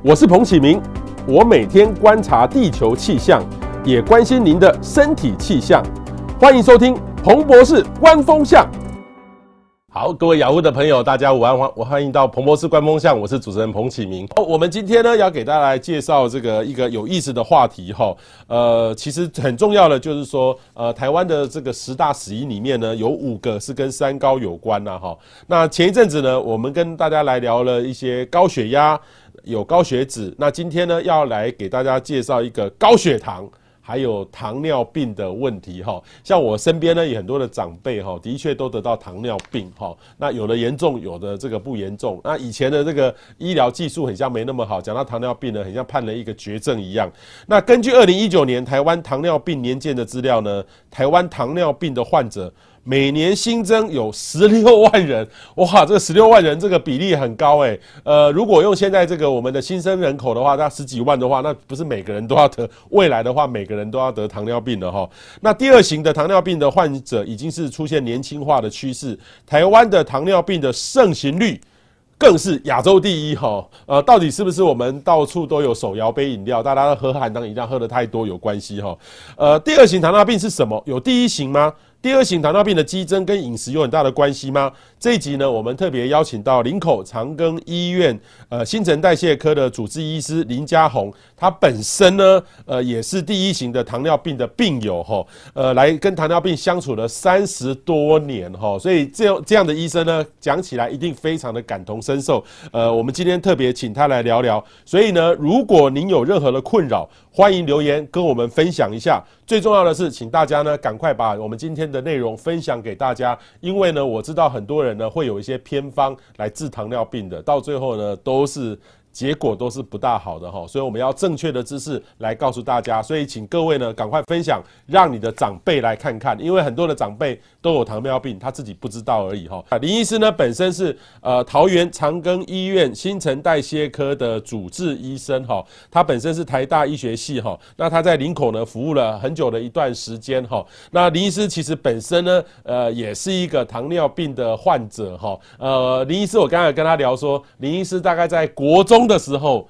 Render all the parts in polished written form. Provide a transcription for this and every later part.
我是彭启明，我每天观察地球气象，也关心您的身体气象。欢迎收听彭博士观风向。好，各位雅虎的朋友，大家午安，我欢迎到彭博士观风向，我是主持人彭启明。我们今天呢要给大家来介绍这个一个有意思的话题哈。其实很重要的就是说，台湾的这个10大死因里面呢，有5个是跟三高有关呐哈。那前一阵子呢，我们跟大家来聊了一些高血压。有高血脂，那今天呢要来给大家介绍一个高血糖还有糖尿病的问题哈。像我身边呢有很多的长辈哈，的确都得到糖尿病哈。那有的严重，有的这个不严重。那以前的这个医疗技术很像没那么好，讲到糖尿病呢，很像判了一个绝症一样。那根据2019年台湾糖尿病年鉴的资料呢，台湾糖尿病的患者每年新增有16万人，哇，这个16万人这个比例很高欸。如果用现在这个我们的新生人口的话，那10几万的话，那不是每个人都要得，未来的话每个人都要得糖尿病了齁。那第2型的糖尿病的患者已经是出现年轻化的趋势，台湾的糖尿病的盛行率更是亚洲第一齁。到底是不是我们到处都有手摇杯饮料，大家都喝含糖饮料喝得太多有关系齁？第2型糖尿病是什么？有第1型吗？第2型糖尿病的激增跟饮食有很大的关系吗？这一集呢，我们特别邀请到林口长庚医院新陈代谢科的主治医师林家宏，他本身呢也是第1型的糖尿病的病友齁，来跟糖尿病相处了30多年齁，所以这样的医生呢，讲起来一定非常的感同身受。我们今天特别请他来聊聊，所以呢，如果您有任何的困扰，欢迎留言跟我们分享一下。最重要的是，请大家呢赶快把我们今天的内容分享给大家，因为呢，我知道很多人呢会有一些偏方来治糖尿病的，到最后呢结果都是不大好的齁，所以我们要正确的知识来告诉大家，所以请各位呢赶快分享，让你的长辈来看看，因为很多的长辈都有糖尿病，他自己不知道而已齁。林医师呢本身是桃园长庚医院新陈代谢科的主治医生齁，他本身是台大医学系齁，那他在林口呢服务了很久的一段时间齁。那林医师其实本身呢也是一个糖尿病的患者齁。林医师我刚才跟他聊说，林医师大概在国中的时候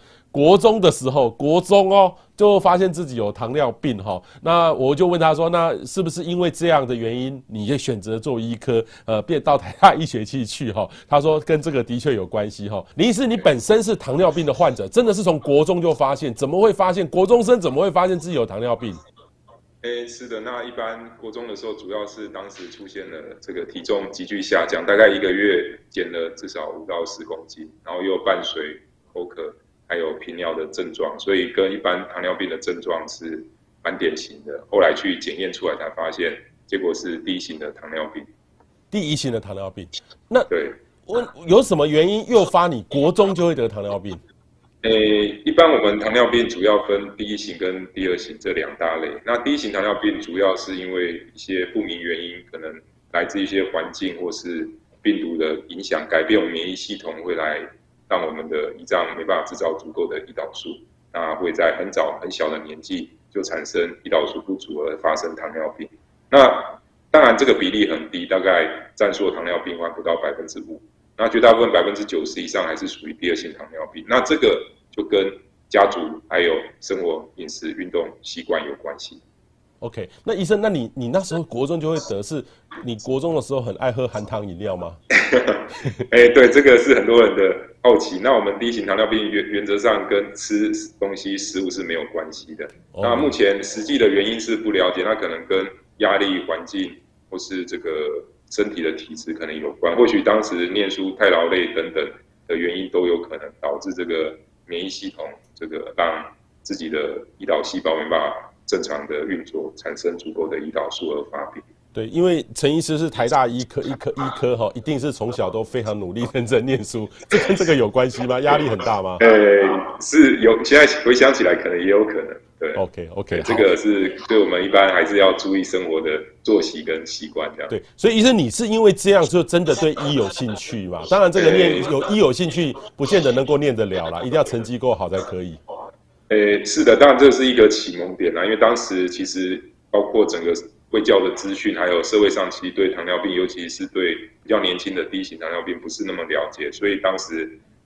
就发现自己有糖尿病齁。那我就问他说，那是不是因为这样的原因，你就选择做医科，变到台大医学系去齁？他说跟这个的确有关系齁。林医师，你本身是糖尿病的患者，真的是从国中就发现？怎么会发现？国中生怎么会发现自己有糖尿病？ 是的，那一般国中的时候，主要是当时出现了这个体重急剧下降，大概1个月减了至少5到10公斤，然后又伴随口渴还有频尿的症状，所以跟一般糖尿病的症状是蛮典型的。后来去检验出来才发现，结果是第1型的糖尿病。 第1型的糖尿病，那对， 有什么原因诱发你国中就会得糖尿病？ 一般我们糖尿病主要分第1型跟第2型这2大类。那第1型糖尿病主要是因为一些不明原因，可能来自一些环境或是病毒的影响，改变我们免疫系统，会来让我们的胰脏没办法制造足够的胰岛素，那会在很早很小的年纪就产生胰岛素不足而发生糖尿病。那当然这个比例很低，大概占所有糖尿病患不到5%。那绝大部分90%以上还是属于第2型糖尿病。那这个就跟家族还有生活、饮食、运动习惯有关系。 OK， 那医生，那你那时候国中就会得，是你国中的时候很爱喝含糖饮料吗？ 对，这个是很多人的好奇。那我们第1型糖尿病原则上跟吃东西、食物是没有关系的。那目前实际的原因是不了解，那可能跟压力、环境或是这个身体的体质可能有关，或许当时念书太劳累等等的原因都有可能导致这个免疫系统这个让自己的胰岛细胞没办法正常的运作，产生足够的胰岛素而发病。 对，因为陈医师是台大医科哈，一定是从小都非常努力认真念书，这跟这个有关系吗？压力很大吗？ 是有，现在回想起来可能也有可能。对 ，OK， 这个是对我们一般还是要注意生活的作息跟习惯这样。 对，所以医生你是因为这样就真的对医有兴趣嘛？当然这个有兴趣不见得能够念得了啦，一定要成绩够好才可以。 是的，当然这是一个启蒙点啦，因为当时其实包括整个卫教的资讯，还有社会上其实对糖尿病，尤其是对比较年轻的第1型糖尿病不是那么了解，所以当时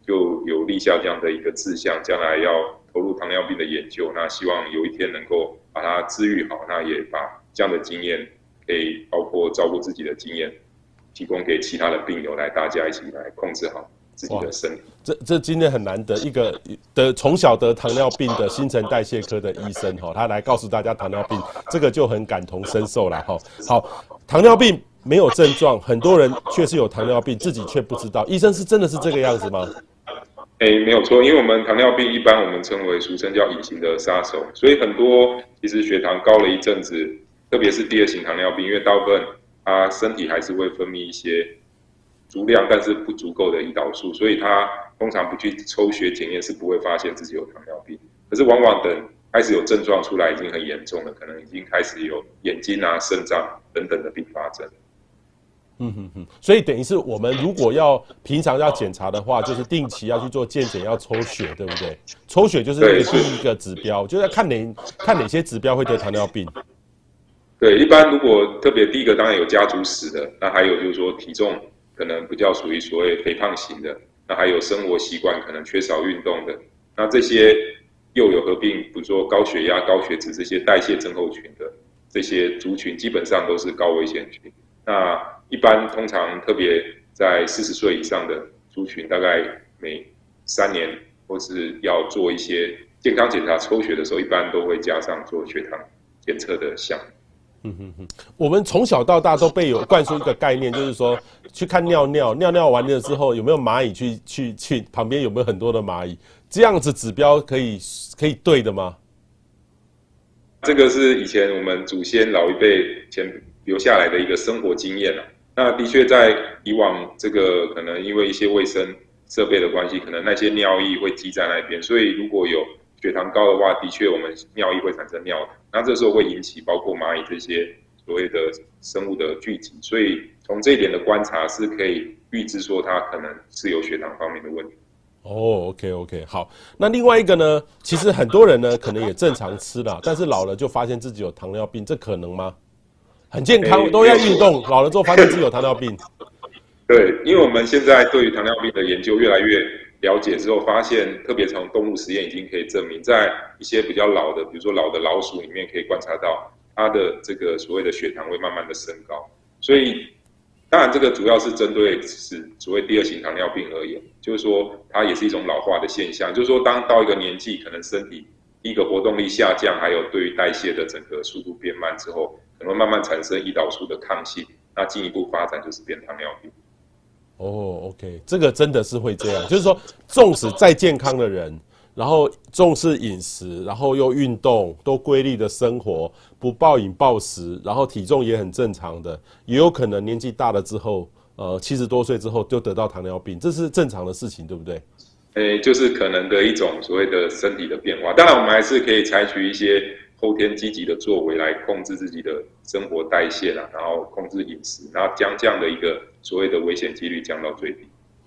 就有立下这样的一个志向，将来要投入糖尿病的研究，那希望有一天能够把它治愈好，那也把这样的经验可以包括照顾自己的经验提供给其他的病友，来大家一起来控制好自己的身体。 这今天很难得，一个从小得糖尿病的新陈代谢科的医生他来告诉大家糖尿病，这个就很感同身受了好，糖尿病没有症状，很多人确实有糖尿病，自己却不知道。医生真的是这个样子吗？ 没有错，因为我们糖尿病一般我们称为俗称叫隐形的杀手，所以很多其实血糖高了一阵子，特别是第二型糖尿病，因为大部分他身体还是会分泌一些足量但是不足够的胰岛素，所以他通常不去抽血检验是不会发现自己有糖尿病。可是往往等开始有症状出来，已经很严重了，可能已经开始有眼睛啊、肾脏等等的并发症。 所以等于是我们如果平常要检查的话，就是定期要去做健检，要抽血，对不对？抽血就是第一个指标，就是要看哪些指标会得糖尿病。 对，一般如果特别第一个当然有家族史的，那还有就是说体重可能比较属于所谓肥胖型的，那还有生活习惯可能缺少运动的，那这些又有合并，比如说高血压、高血脂这些代谢症候群的这些族群，基本上都是高危险群。那一般通常特别在40岁以上的族群，大概每3年或是要做一些健康检查抽血的时候，一般都会加上做血糖检测的项目。 我们从小到大都被灌输一个概念，就是说去看尿尿完了之后有没有蚂蚁去旁边有没有很多的蚂蚁，这样子指标可以对的吗？ 这个是以前我们祖先老一辈前留下来的一个生活经验那的确在以往这个可能因为一些卫生设备的关系，可能那些尿液会积在那边，所以如果有血糖高的话，的确我们尿液会产生尿糖，那这时候会引起包括蚂蚁这些所谓的生物的聚集，所以从这一点的观察是可以预知说它可能是有血糖方面的问题。 OK， 好。那另外一个呢，其实很多人呢可能也正常吃啦，但是老了就发现自己有糖尿病，这可能吗？很健康，都要运动，老了之后发现自己有糖尿病。 对，因为我们现在对于糖尿病的研究越来越了解之后，发现特别从动物实验已经可以证明，在一些比较老的，比如说老的老鼠里面，可以观察到它的这个所谓的血糖会慢慢的升高。所以，当然这个主要是针对所谓第二型糖尿病而言，就是说它也是一种老化的现象，就是说当到一个年纪，可能身体第一个活动力下降，还有对于代谢的整个速度变慢之后，可能会慢慢产生胰岛素的抗性，那进一步发展就是变糖尿病。 OK， 这个真的是会这样，就是说，纵使再健康的人，然后重视饮食，然后又运动，都规律的生活，不暴饮暴食，然后体重也很正常的，也有可能年纪大了之后，70多岁之后就得到糖尿病，这是正常的事情，对不对？ 就是可能的一种所谓的身体的变化。当然，我们还是可以采取一些后天积极的作为来控制自己的生活代谢然后控制饮食，然后将这样的一个所谓的危险几率降到最低。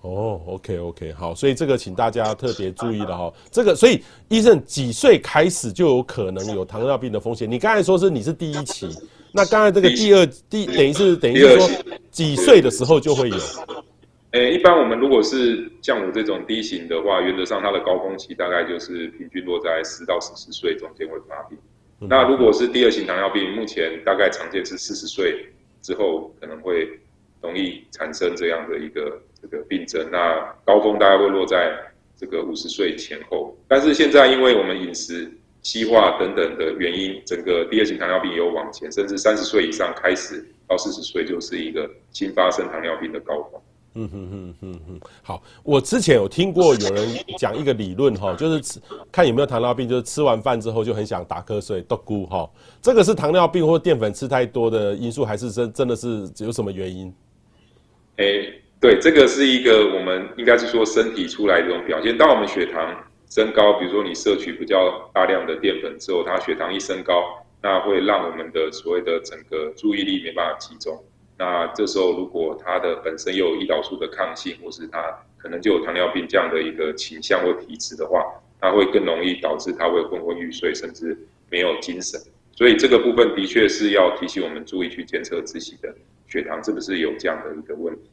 OK， 好，所以这个请大家特别注意了哈。这个，所以医生几岁开始就有可能有糖尿病的风险？你刚才说你是第一期，那刚才这个等于是说几岁的时候就会有？ 一般我们如果是像我这种第一型的话，原则上它的高峰期大概就是平均落在10到14岁中间会发病。那如果是第二型糖尿病，目前大概常见是40岁之后可能会容易产生这样的一个这个病症，那高峰大概会落在这个50岁前后。但是现在因为我们饮食、西化等等的原因，整个第二型糖尿病也有往前，甚至30岁以上开始到40岁就是一个新发生糖尿病的高峰。 好，我之前有听过有人讲一个理论哈，就是看有没有糖尿病，就是吃完饭之后就很想打瞌睡、嘟咕哈，这个是糖尿病或淀粉吃太多的因素，还是真的是有什么原因？ 对，这个是一个我们应该是说身体出来的这种表现。当我们血糖升高，比如说你摄取比较大量的淀粉之后，它血糖一升高，那会让我们的所谓的整个注意力没办法集中。那这时候如果它的本身又有胰岛素的抗性，或是它可能就有糖尿病这样的一个倾向或体质的话，它会更容易导致它会昏昏欲睡，甚至没有精神。所以这个部分的确是要提醒我们注意去监测自己的血糖是不是有这样的一个问题。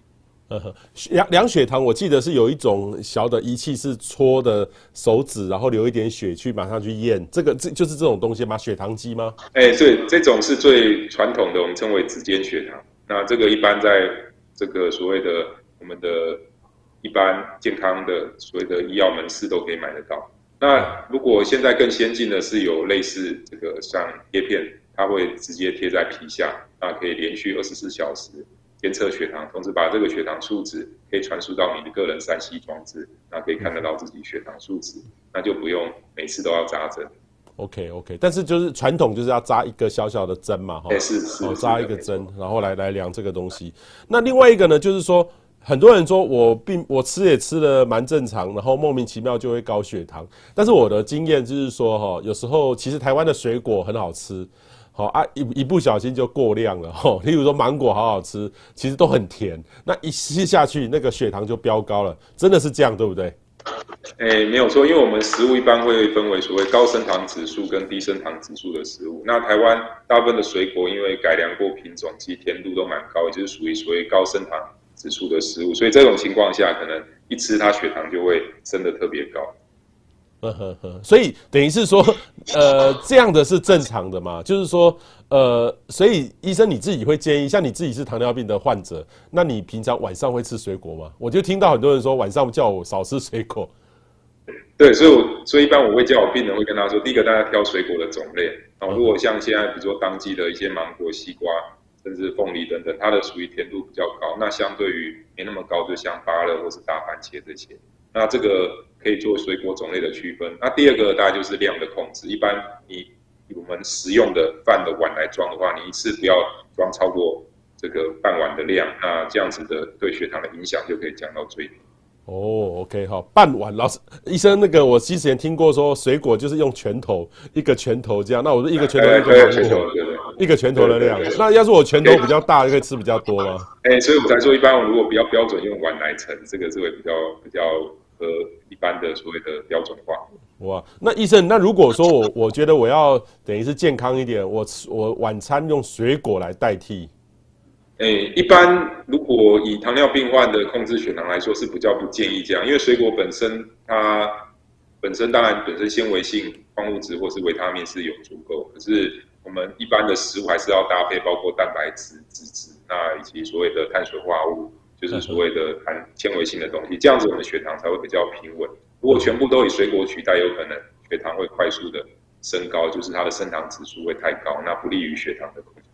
量血糖，我记得是有一种小的仪器是戳的手指，然后流一点血去马上去验，这就是这种东西吗？血糖机吗？ 对，这种是最传统的，我们称为指尖血糖。那这个一般在这个所谓的我们的一般健康的所谓的医药门市都可以买得到。那如果现在更先进的是有类似这个像贴片，它会直接贴在皮下，那可以连续24小时监测血糖，同时把这个血糖数值可以传输到你的个人3C 装置，那可以看得到自己血糖数值，那就不用每次都要扎针。 OK， 但是就是传统就是要扎一个小小的针嘛， 是扎一个针，然后来量这个东西。那另外一个呢，就是说很多人说我吃也吃的蛮正常，然后莫名其妙就会高血糖。但是我的经验就是说有时候其实台湾的水果很好吃。一不小心就过量了例如说芒果好好吃，其实都很甜，那一吃下去那个血糖就飙高了，真的是这样对不对？ 没有错，因为我们食物一般会分为所谓高升糖指数跟低升糖指数的食物。那台湾大部分的水果因为改良过品种，其实甜度都蛮高，也就是属于所谓高升糖指数的食物，所以这种情况下可能一吃它血糖就会升得特别高。 所以等于是说，这样的是正常的嘛？就是说，所以医生你自己会建议，像你自己是糖尿病的患者，那你平常晚上会吃水果吗？我就听到很多人说晚上叫我少吃水果。 对，所以一般我会叫我病人会跟他说，第一个大家挑水果的种类，如果像现在比如说当季的一些芒果、西瓜，甚至凤梨等等，它的属于甜度比较高，那相对于没那么高，就像芭乐或是大番茄这些。那这个可以做水果种类的区分。那第二个大概就是量的控制。一般我们食用的饭的碗来装的话，你一次不要装超过这个半碗的量，那这样子的对血糖的影响就可以降到最低。 OK， 好，半碗。老师，医生，那个我之前听过说，水果就是用拳头，一个拳头这样。那我说一个拳头一个拳头的量。那要是我拳头比较大，就可以吃比较多吗？ 所以我才说，一般我如果比较标准用碗来盛，这个是会比较和一般的所谓的标准化。 哇，那医生，那如果说我觉得我要等于是健康一点，我晚餐用水果来代替。 一般如果以糖尿病患的控制血糖来说，是比较不建议这样，因为水果本身当然本身纤维性矿物质或是维他命是有足够，可是我们一般的食物还是要搭配包括蛋白质、脂质，那以及所谓的碳水化合物，就是所谓的含纤维性的东西，这样子我们血糖才会比较平稳。如果全部都以水果取代，有可能血糖会快速的升高，就是它的升糖指数会太高，那不利于血糖的控制。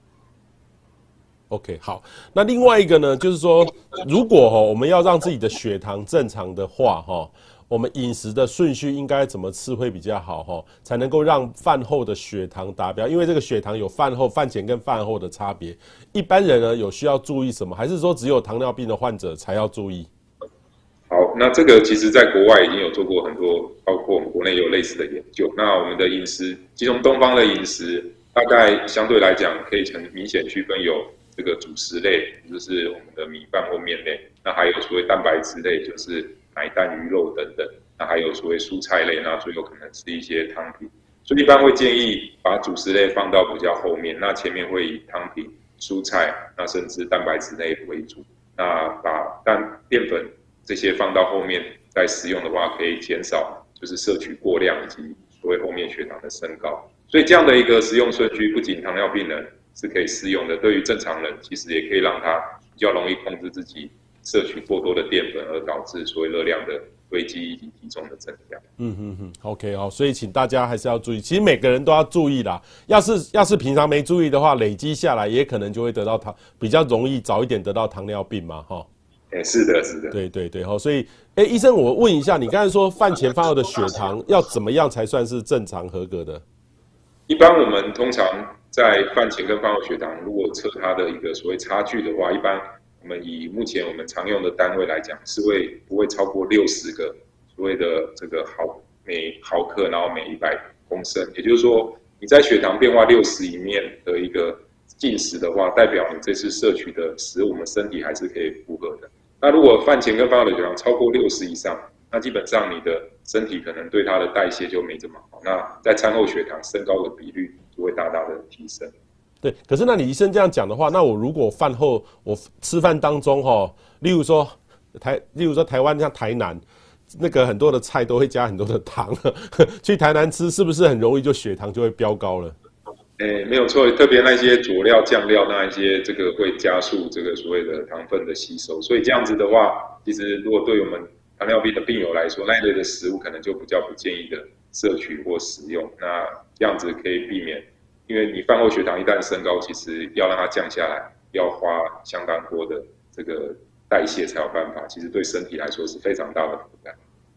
OK， 好，那另外一个呢，就是说，如果我们要让自己的血糖正常的话，我们饮食的顺序应该怎么吃会比较好，才能够让饭后的血糖达标？因为这个血糖有饭前跟饭后的差别。一般人呢有需要注意什么？还是说只有糖尿病的患者才要注意？ 好，那这个其实在国外已经有做过很多，包括我们国内也有类似的研究。那我们的饮食，其中东方的饮食大概相对来讲可以很明显区分有这个主食类，就是我们的米饭或面类，那还有所谓蛋白质类，就是奶蛋鱼肉等等，那还有所谓蔬菜类，那最有可能是一些汤品，所以一般会建议把主食类放到比较后面，那前面会以汤品、蔬菜，那甚至蛋白质类为主，那把淀粉这些放到后面再食用的话，可以减少就是摄取过量以及所谓后面血糖的升高，所以这样的一个食用顺序，不仅糖尿病人是可以适用的，对于正常人其实也可以让他比较容易控制自己摄取过多的淀粉，而导致所谓热量的堆积以及体重的增加。 OK， 好，所以请大家还是要注意，其实每个人都要注意啦。要是平常没注意的话，累积下来也可能就会得到比较容易早一点得到糖尿病嘛， 是的， 对，所以医生，我问一下，你刚才说饭前饭后的血糖要怎么样才算是正常合格的？ 一般我们通常在饭前跟饭后血糖，如果测它的一个所谓差距的话，一般我们以目前我们常用的单位来讲，是不会超过60个所谓的这个每毫克，然后每100公升，也就是说你在血糖变化60以面的一个进食的话，代表你这次摄取的食物，我们身体还是可以负荷的。那如果饭前跟饭后的血糖超过60以上，那基本上你的身体可能对它的代谢就没这么好，那在餐后血糖升高的比率就会大大的提升。 对，可是那你医生这样讲的话，那我如果饭后我吃饭当中例如说台湾像台南那个很多的菜都会加很多的糖，去台南吃是不是很容易就血糖就会飙高了？ 没有错，特别那些佐料、酱料那一些，这个会加速这个所谓的糖分的吸收。所以这样子的话，其实如果对我们糖尿病的病友来说，那一类的食物可能就比较不建议的摄取或食用。那这样子可以避免，因为你饭后血糖一旦升高，其实要让它降下来，要花相当多的这个代谢才有办法。其实对身体来说是非常大的负担。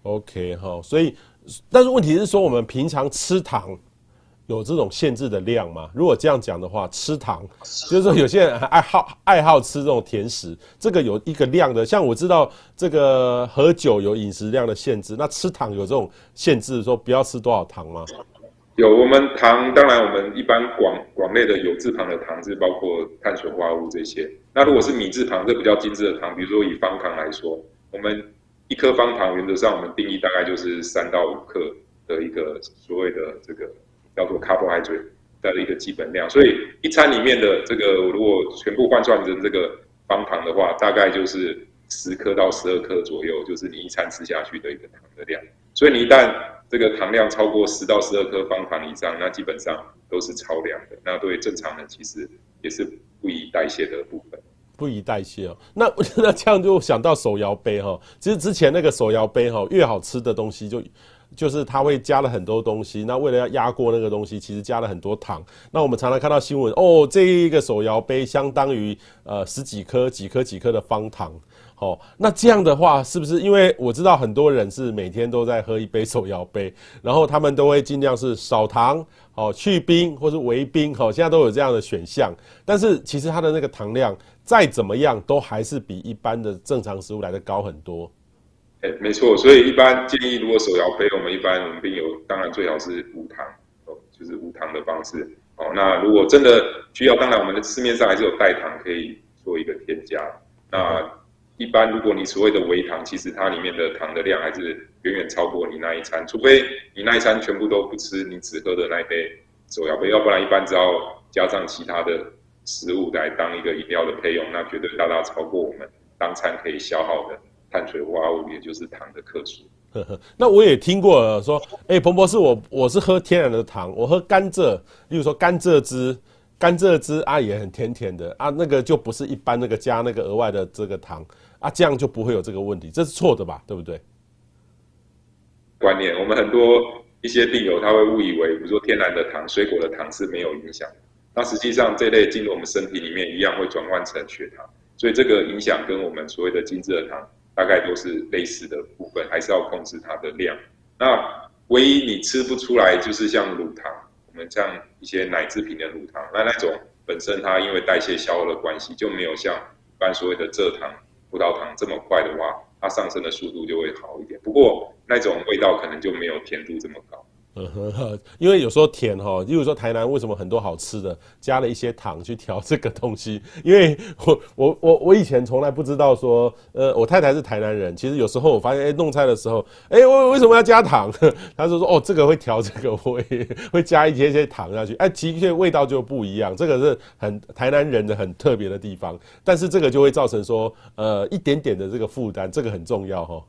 OK 哈，所以但是问题是说，我们平常吃糖有这种限制的量吗？如果这样讲的话，吃糖就是说有些人爱好吃这种甜食，这个有一个量的，像我知道这个喝酒有饮食量的限制，那吃糖有这种限制，说不要吃多少糖吗？ 有，我们糖当然我们一般广类的有字旁的糖是包括碳水化合物这些。那如果是米字旁，这比较精致的糖，比如说以方糖来说，我们一颗方糖原则上我们定义大概就是3到5克的一个所谓的这个叫做 carbohydrate 的一个基本量，所以一餐里面的这个如果全部换算成这个方糖的话，大概就是10克到12克左右，就是你一餐吃下去的一个糖的量。所以你一旦这个糖量超过10到12克方糖以上，那基本上都是超量的，那对正常人其实也是不宜代谢的部分。 不宜代谢哦，那这样就想到手摇杯哈，其实之前那个手摇杯哈，越好吃的东西就是它会加了很多东西，那为了要压过那个东西，其实加了很多糖。那我们常常看到新闻这一个手摇杯相当于10几颗的方糖。那这样的话是不是因为我知道很多人是每天都在喝一杯手摇杯，然后他们都会尽量是少糖去冰或是微冰现在都有这样的选项，但是其实它的那个糖量再怎么样都还是比一般的正常食物来的高很多。 没错，所以一般建议如果手摇杯，我们病友当然最好是无糖就是无糖的方式那如果真的需要，当然我们的市面上还是有代糖可以做一个添加。那一般如果你所谓的微糖，其实它里面的糖的量还是远远超过你那一餐，除非你那一餐全部都不吃，你只喝的那一杯手摇杯，要不然一般只要加上其他的食物来当一个饮料的配用，那绝对大大超过我们当餐可以消耗的碳水化合物，也就是糖的克数。 那我也听过说，彭博士，我是喝天然的糖，我喝甘蔗，例如说甘蔗汁也很甜甜的那个就不是一般那个加那个额外的这个糖这样就不会有这个问题，这是错的吧？对不对？ 观念，我们很多一些病友他会误以为，比如说天然的糖、水果的糖是没有影响的，那实际上这类进入我们身体里面一样会转换成血糖，所以这个影响跟我们所谓的精致的糖大概都是类似的部分，还是要控制它的量。那唯一你吃不出来就是像乳糖，我们像一些奶制品的乳糖，那种本身它因为代谢消耗的关系，就没有像一般所谓的蔗糖、葡萄糖这么快的话，它上升的速度就会好一点。不过那种味道可能就没有甜度这么高。 因为有时候甜例如说台南为什么很多好吃的加了一些糖去调这个东西，因为我以前从来不知道说我太太是台南人，其实有时候我发现弄菜的时候我为什么要加糖，他就说这个会调这个会加一些糖下去，的确味道就不一样，这个是很台南人的很特别的地方，但是这个就会造成说一点点的这个负担，这个很重要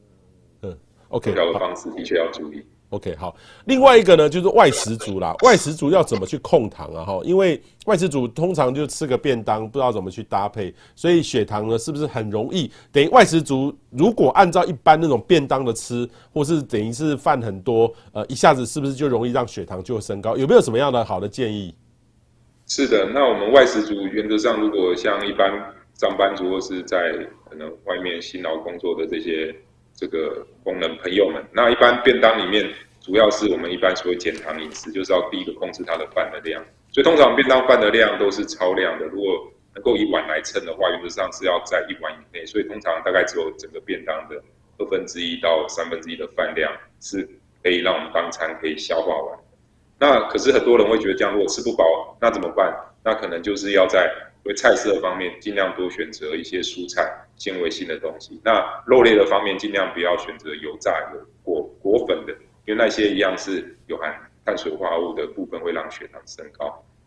OK， 调的方式的确要注意。 OK， 好，另外一个呢就是外食族啦，外食族要怎么去控糖因为外食族通常就吃个便当，不知道怎么去搭配，所以血糖呢是不是很容易？等于外食族如果按照一般那种便当的吃，或是等于是饭很多，一下子是不是就容易让血糖就升高？有没有什么样的好的建议？ 是的，那我们外食族原则上，如果像一般上班族或是在可能外面辛劳工作的这个工人朋友们，那一般便当里面主要是我们一般所谓减糖饮食，就是要第一个控制它的饭的量，所以通常便当饭的量都是超量的，如果能够以碗来称的话，原则上是要在1碗以内，所以通常大概只有整个便当的1/2到1/3的饭量是可以让我们当餐可以消化完。那可是很多人会觉得这样如果吃不饱，那怎么办？那可能就是要在菜色的方面尽量多选择一些蔬菜纤维性的东西，那肉类的方面尽量不要选择油炸有果粉的，因为那些一样是有含碳水化合物的部分会让血糖升高。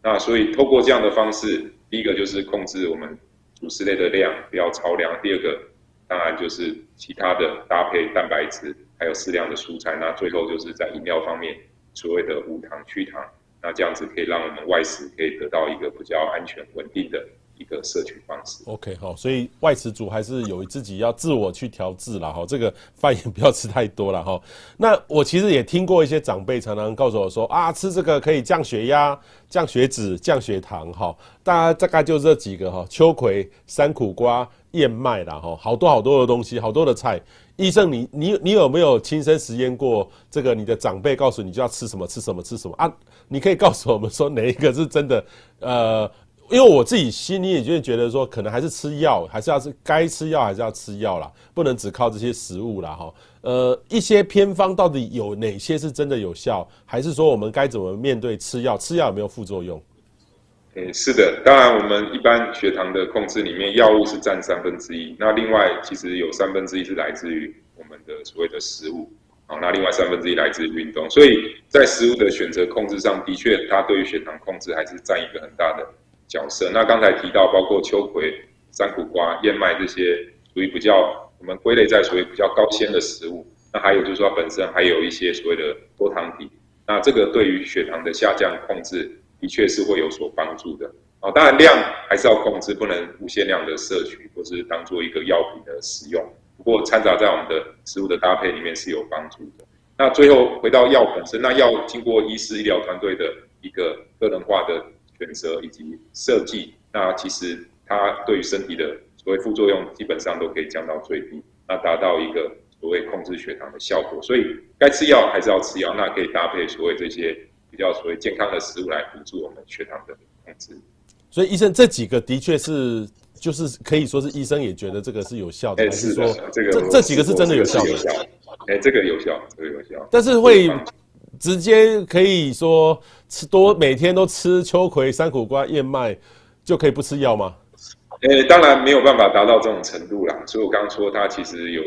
那所以透过这样的方式，第一个就是控制我们主食类的量不要超量，第二个当然就是其他的搭配蛋白质，还有适量的蔬菜，那最后就是在饮料方面所谓的无糖去糖，那这样子可以让我们外食可以得到一个比较安全稳定的一个摄取方式。 OK 好，所以外食族还是有自己要自我去调制啦哈，这个饭也不要吃太多啦哈。那我其实也听过一些长辈常常告诉我说啊，吃这个可以降血压、降血脂、降血糖哈。大概就这几个哈，秋葵、山苦瓜、燕麦啦哈，好多的东西，好多的菜。医生你有没有亲身实验过这个？你的长辈告诉你就要吃什么啊？你可以告诉我们说哪一个是真的？因为我自己心里也就觉得说，可能还是吃药，还是要该吃药还是要吃药啦，不能只靠这些食物啦哈。一些偏方到底有哪些是真的有效，还是说我们该怎么面对吃药？吃药有没有副作用？ 是的，当然我们一般血糖的控制里面，药物是占1/3，那另外其实有1/3是来自于我们的所谓的食物，那另外1/3来自于运动，所以在食物的选择控制上，的确它对于血糖控制还是占一个很大的角色。那刚才提到包括秋葵、山苦瓜、燕麦这些属于比较我们归类在所谓比较高纤的食物，那还有就是说它本身还有一些所谓的多糖体，那这个对于血糖的下降控制的确是会有所帮助的。当然量还是要控制，不能无限量的摄取或是当做一个药品的使用，不过掺杂在我们的食物的搭配里面是有帮助的。那最后回到药本身，那药经过医师医疗团队的一个个人化的选择以及设计，那其实它对于身体的所谓副作用基本上都可以降到最低，那达到一个所谓控制血糖的效果。所以该吃药还是要吃药，那可以搭配所谓这些比较所谓健康的食物来辅助我们血糖的控制。 所以医生这几个的确是，就是可以说是医生也觉得这个是有效的，还是说这几个是真的有效的？ 这个有效，这个有效。 但是会直接可以说每天都吃秋葵、山苦瓜、燕麦就可以不吃药吗？ 当然没有办法达到这种程度啦。所以我刚刚说它其实有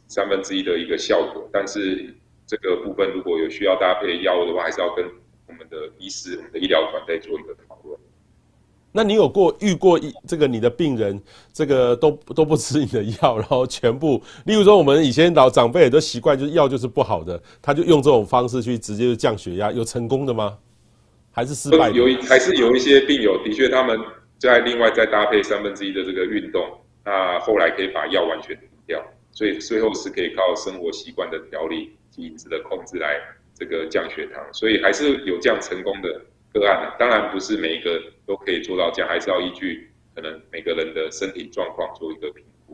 1/3的一个效果，但是这个部分如果有需要搭配药物的话，还是要跟我们的医师、我们的医疗团队做一个讨论。 那你有遇过这个你的病人这个都不吃你的药，然后全部，例如说我们以前长辈也都习惯，就是药就是不好的，他就用这种方式去直接就降血压，有成功的吗？还是失败的？ 还是有一些病友的确他们另外再搭配1/3的这个运动，那后来可以把药完全停掉，所以最后是可以靠生活习惯的调理及饮食的控制来这个降血糖，所以还是有这样成功的个案。当然不是每一个都可以做到这样，还是要依据可能每个人的身体状况做一个评估。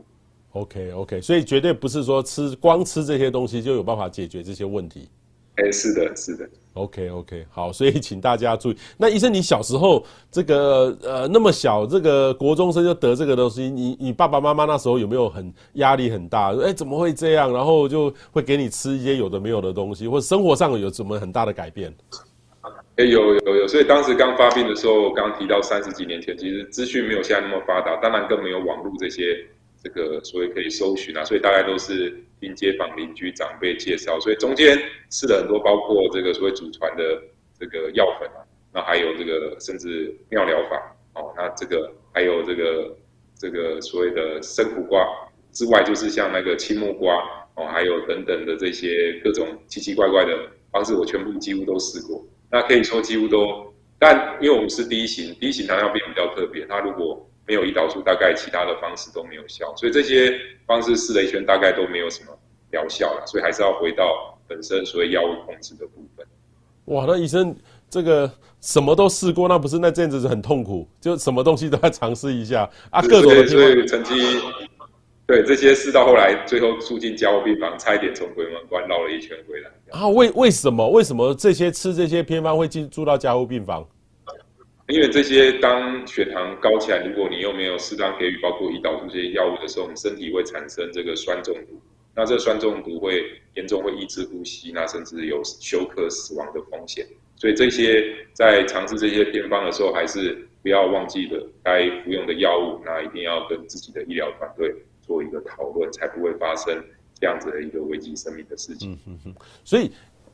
OK， 所以绝对不是说光吃这些东西就有办法解决这些问题。 是的。 OK， 好，所以请大家注意。那医生，你小时候这个那么小，这个国中生就得这个东西，你爸爸妈妈那时候有没有压力很大？怎么会这样？然后就会给你吃一些有的没有的东西，或者生活上有什么很大的改变？ 有，所以当时刚发病的时候，刚刚提到30几年前，其实资讯没有现在那么发达，当然更没有网络这个所谓可以搜寻所以大概都是听街坊邻居长辈介绍，所以中间吃了很多，包括这个所谓祖传的这个药粉那还有这个甚至妙疗法那这个还有这个所谓的生苦瓜之外，就是像那个青木瓜还有等等的这些各种奇奇怪怪的方式，我全部几乎都试过。那可以说几乎都，但因为我们是第一型糖尿病比较特别，它如果没有胰岛素，大概其他的方式都没有效，所以这些方式试了一圈，大概都没有什么疗效了，所以还是要回到本身所谓药物控制的部分。 哇，那医生这个什么都试过，那不是那阵子很痛苦，就什么东西都要尝试一下各种的所以成绩对这些试到后来，最后住进加护病房，差一点从鬼门关绕了一圈回来。 为什么吃这些偏方会住到加护病房？ 因为这些当血糖高起来，如果你又没有适当给予包括胰岛素这些药物的时候，你身体会产生这个酸中毒。那这酸中毒会严重会抑制呼吸，那甚至有休克死亡的风险。所以这些在尝试这些偏方的时候，还是不要忘记了该服用的药物，那一定要跟自己的医疗团队做一个讨论，才不会发生这样子的一个危及生命的事情。 所以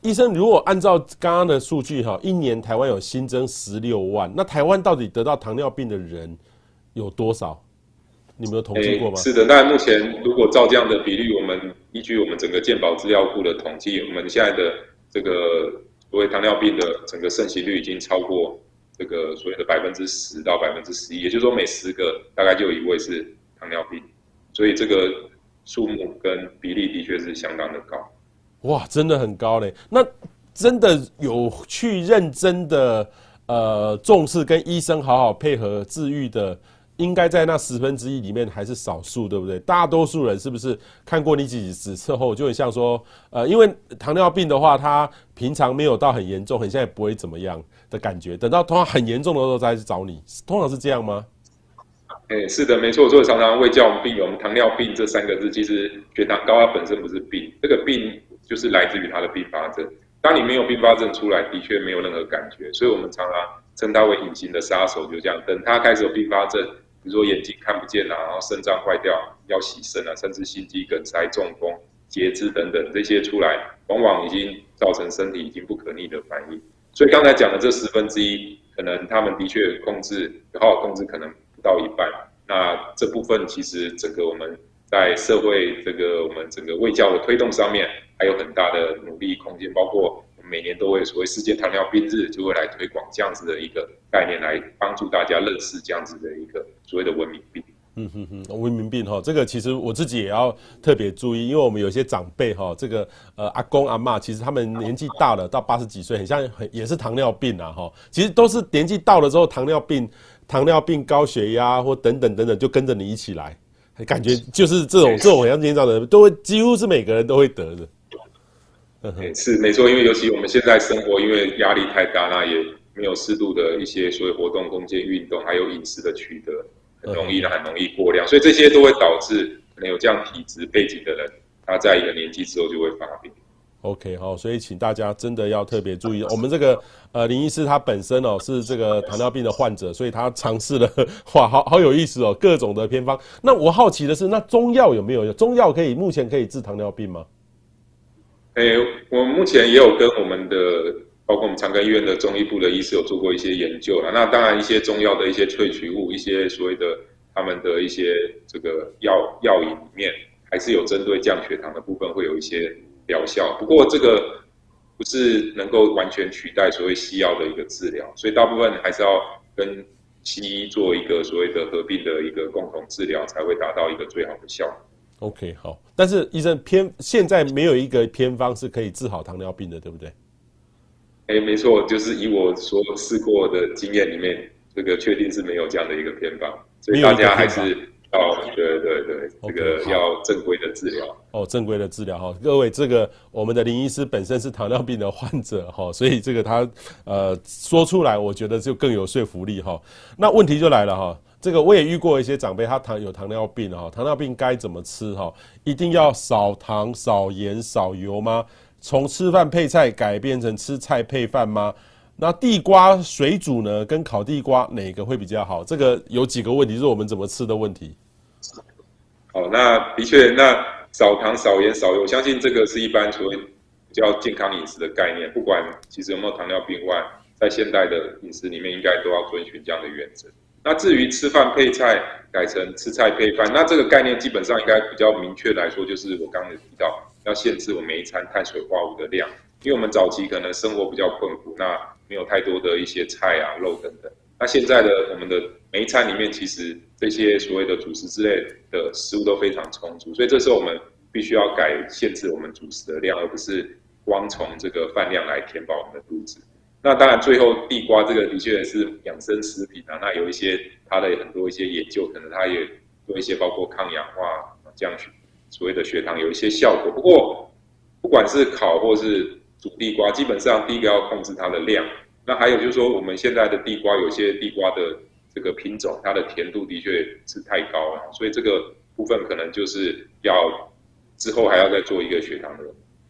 医生，如果按照刚刚的数据哈，一年台湾有新增16万，那台湾到底得到糖尿病的人有多少？你们有统计过吗？ 是的，那目前如果照这样的比率，我们依据我们整个健保资料库的统计，我们现在的这个所谓糖尿病的整个盛行率已经超过这个所谓的10%到11%，也就是说每10个大概就有1位是糖尿病，所以这个数目跟比例的确是相当的高。 哇，真的很高嘞！那真的有去认真的重视跟医生好好配合治愈的，应该在那1/10里面还是少数，对不对？大多数人是不是看过你几次后，就很像说，因为糖尿病的话，它平常没有到很严重，很像也不会怎么样的感觉，等到通常很严重的时候再去找你，通常是这样吗？ 是的，没错。所以常常会叫我们病友，我们糖尿病这3个字，其实血糖高它本身不是病，这个病就是来自于它的并发症。当你没有并发症出来，的确没有任何感觉，所以我们常常称它为隐形的杀手，就这样。等它开始有并发症，比如说眼睛看不见啊，然后肾脏坏掉要洗肾啊，甚至心肌梗塞、中风、截肢等等这些出来，往往已经造成身体已经不可逆的反应。所以刚才讲的这1/10，可能他们的确好好控制，可能不到一半。那这部分其实整个我们在社会我们整个卫教的推动上面还有很大的努力空间，包括我们每年都会所谓世界糖尿病日就会来推广这样子的一个概念，来帮助大家认识这样子的一个所谓的文明病。 文明病哈，这个其实我自己也要特别注意，因为我们有些长辈哈，这个阿公阿嬷，其实他们年纪大了，到80几岁，很像也是糖尿病啊哈，其实都是年纪到了之后，糖尿病、高血压或等等就跟着你一起来，感觉就是这种很像年长的人都会，几乎是每个人都会得的。 是没错，因为尤其我们现在生活，因为压力太大，那也没有适度的一些所谓活动空间、运动，还有饮食的取得。很容易过量，所以这些都会导致可能有这样体质背景的人，他在一个年纪之后就会发病。 OK， 好，所以请大家真的要特别注意。我们这个林医师他本身是这个糖尿病的患者，所以他尝试了哇，好有意思各种的偏方。那我好奇的是，那中药有没有？中药目前可以治糖尿病吗？ 我们目前也有跟我们的包括我们长庚医院的中医部的医师有做过一些研究啦。那当然，一些中药的一些萃取物，一些所谓的他们的一些这个药饮里面，还是有针对降血糖的部分会有一些疗效。不过这个不是能够完全取代所谓西药的一个治疗，所以大部分还是要跟西医做一个所谓的合并的一个共同治疗，才会达到一个最好的效果。 OK， 好，但是医生现在没有一个偏方是可以治好糖尿病的，对不对？ 没错，就是以我所试过的经验里面，这个确定是没有这样的一个偏方，所以大家还是要对，这个要正规的治疗。 正规的治疗哈，各位，这个我们的林医师本身是糖尿病的患者哈，所以这个他说出来，我觉得就更有说服力哈。那问题就来了哈，这个我也遇过一些长辈，他有糖尿病哈，糖尿病该怎么吃哈？一定要少糖、少盐、少油吗？从吃饭配菜改变成吃菜配饭吗？那地瓜水煮呢，跟烤地瓜哪个会比较好？这个有几个问题是我们怎么吃的问题。 那的确，那少糖、少盐、少油，我相信这个是一般所谓比较健康饮食的概念。不管其实有没有糖尿病患，在现代的饮食里面，应该都要遵循这样的原则。那至于吃饭配菜改成吃菜配饭，那这个概念基本上应该比较明确来说，就是我刚刚有提到，要限制我每一餐碳水化合物的量，因为我们早期可能生活比较困苦，那没有太多的一些菜啊、肉等等。那现在的我们的每一餐里面，其实这些所谓的主食之类的食物都非常充足，所以这时候我们必须要限制我们主食的量，而不是光从这个饭量来填饱我们的肚子。那当然，最后地瓜这个的确是养生食品啊。那有一些它的很多一些研究，可能它也做一些包括抗氧化、降所谓的血糖有一些效果。不过，不管是烤或是煮地瓜，基本上第一个要控制它的量。那还有就是说，我们现在的地瓜有些地瓜的这个品种，它的甜度的确是太高了，所以这个部分可能就是要之后还要再做一个血糖的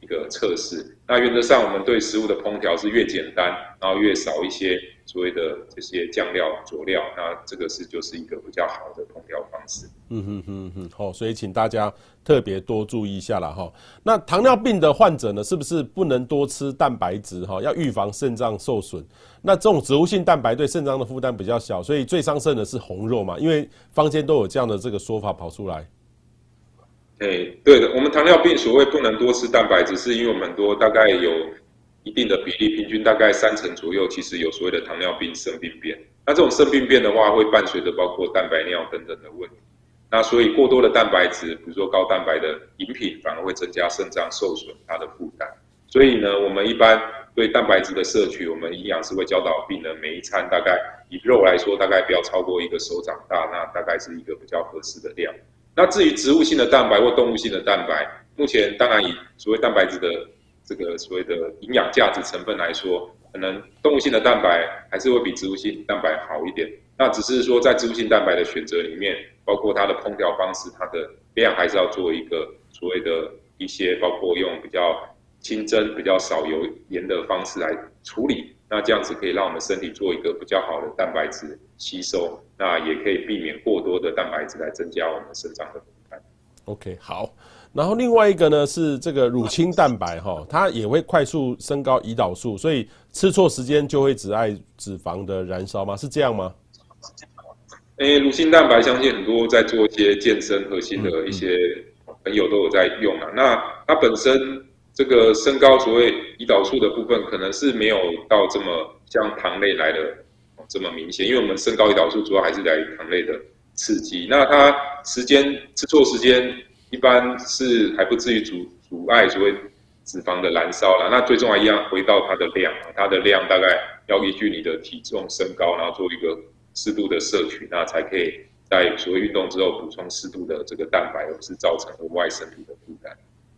一个测试。那原则上，我们对食物的烹调是越简单，然后越少一些所谓的这些酱料佐料，那这个就是一个比较好的烹调方式。 所以请大家特别多注意一下啦哈。那糖尿病的患者呢，是不是不能多吃蛋白质哈？要预防肾脏受损。那这种植物性蛋白对肾脏的负担比较小，所以最伤肾的是红肉嘛，因为坊间都有这样的这个说法跑出来。 对的，我们糖尿病所谓不能多吃蛋白质，是因为我们多大概有一定的比例，平均大概30%左右，其实有所谓的糖尿病肾病变。那这种肾病变的话，会伴随着包括蛋白尿等等的问题。那所以过多的蛋白质，比如说高蛋白的饮品，反而会增加肾脏受损它的负担。所以呢，我们一般对蛋白质的摄取，我们营养师会教导病人每一餐大概以肉来说，大概不要超过一个手掌大，那大概是一个比较合适的量。那至于植物性的蛋白或动物性的蛋白，目前当然以所谓蛋白质的这个所谓的营养价值成分来说，可能动物性的蛋白还是会比植物性蛋白好一点。那只是说在植物性蛋白的选择里面，包括它的烹调方式，它的量还是要做一个所谓的一些，包括用比较清蒸、比较少油盐的方式来处理。那这样子可以让我们身体做一个比较好的蛋白质吸收，那也可以避免过多的蛋白质来增加我们肾脏的负担。 OK， 好。然后另外一个呢是这个乳清蛋白哈，它也会快速升高胰岛素，所以吃错时间就会阻碍脂肪的燃烧吗？是这样吗？ 乳清蛋白相信很多在做一些健身核心的一些朋友都有在用啊。那它本身这个升高所谓胰岛素的部分，可能是没有到这么像糖类来的这么明显，因为我们升高胰岛素主要还是来糖类的刺激。那它吃错时间，一般是还不至于阻碍所谓脂肪的燃烧啦。那最重要一样回到它的量，它的量大概要依据你的体重升高，然后做一个适度的摄取，那才可以在所谓运动之后补充适度的这个蛋白，而不是造成额外身体的负担。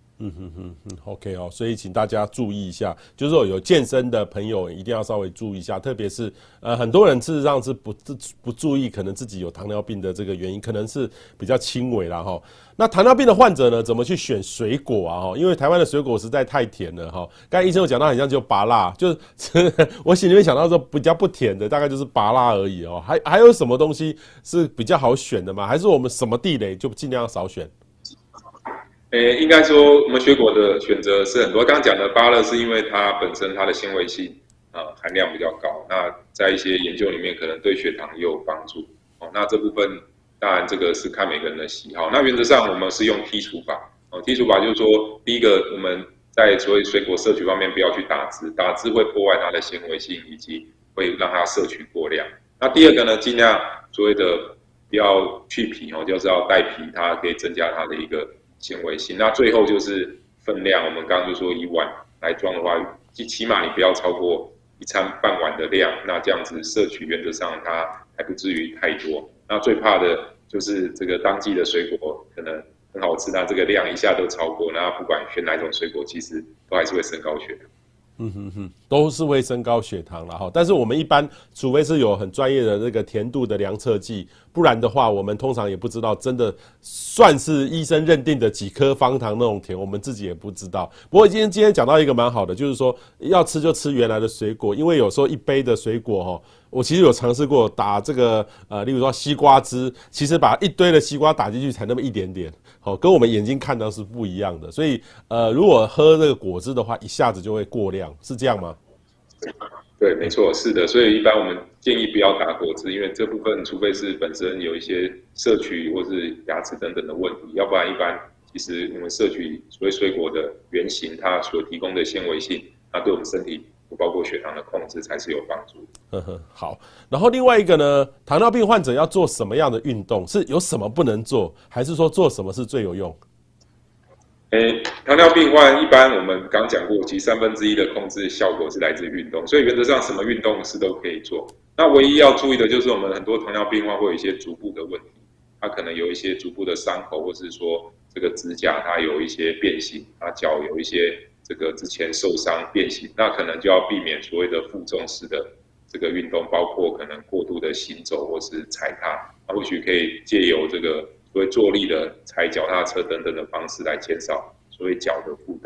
OK 哦，所以请大家注意一下，就是说有健身的朋友一定要稍微注意一下，特别是很多人事实上是不注意，可能自己有糖尿病的这个原因，可能是比较轻微啦哈。那糖尿病的患者呢，怎么去选水果啊？因为台湾的水果实在太甜了哈。刚才医生有讲到，很像只有芭乐，就是我心里面想到说比较不甜的，大概就是芭乐而已哦。还有什么东西是比较好选的吗？还是我们什么地雷就尽量少选？ 应该说我们水果的选择是很多。刚刚讲的芭乐是因为它本身它的纤维性含量比较高，那在一些研究里面可能对血糖也有帮助。那这部分当然这个是看每个人的喜好。那原则上我们是用剔除法。剔除法就是说，第一个我们在所谓水果摄取方面不要去打汁，打汁会破坏它的纤维性，以及会让它摄取过量。那第二个呢，尽量所谓的不要去皮就是要带皮，它可以增加它的一个纤维性。那最后就是分量，我们刚刚就说以碗来装的话，起码你不要超过一餐半碗的量，那这样子摄取原则上它还不至于太多。那最怕的就是这个当季的水果可能很好吃，那这个量一下都超过，那不管选哪种水果，其实都还是会升高血糖。 都是会升高血糖啦哈。但是我们一般除非是有很专业的那个甜度的量测剂，不然的话我们通常也不知道真的算是医生认定的几颗方糖那种甜，我们自己也不知道。不过今天讲到一个蛮好的，就是说要吃就吃原来的水果，因为有时候一杯的水果我其实有尝试过打这个例如说西瓜汁，其实把一堆的西瓜打进去才那么一点点，跟我们眼睛看到是不一样的。所以如果喝这个果汁的话，一下子就会过量，是这样吗？ 对，没错，是的。所以一般我们建议不要打果汁，因为这部分除非是本身有一些摄取或是牙齿等等的问题，要不然一般其实我们摄取所谓水果的原型，它所提供的纤维性，它对我们身体包括血糖的控制才是有帮助。 好。然后另外一个呢，糖尿病患者要做什么样的运动？是有什么不能做，还是说做什么是最有用？ 糖尿病患一般我们刚讲过，其实1/3的控制效果是来自运动，所以原则上什么运动是都可以做。那唯一要注意的就是我们很多糖尿病患会有一些足部的问题，它可能有一些足部的伤口，或是说这个指甲它有一些变形，它脚有一些这个之前受伤变形，那可能就要避免所谓的负重式的这个运动，包括可能过度的行走或是踩踏，或许可以借由这个所谓坐立的踩脚踏车等等的方式来减少所谓脚的负担。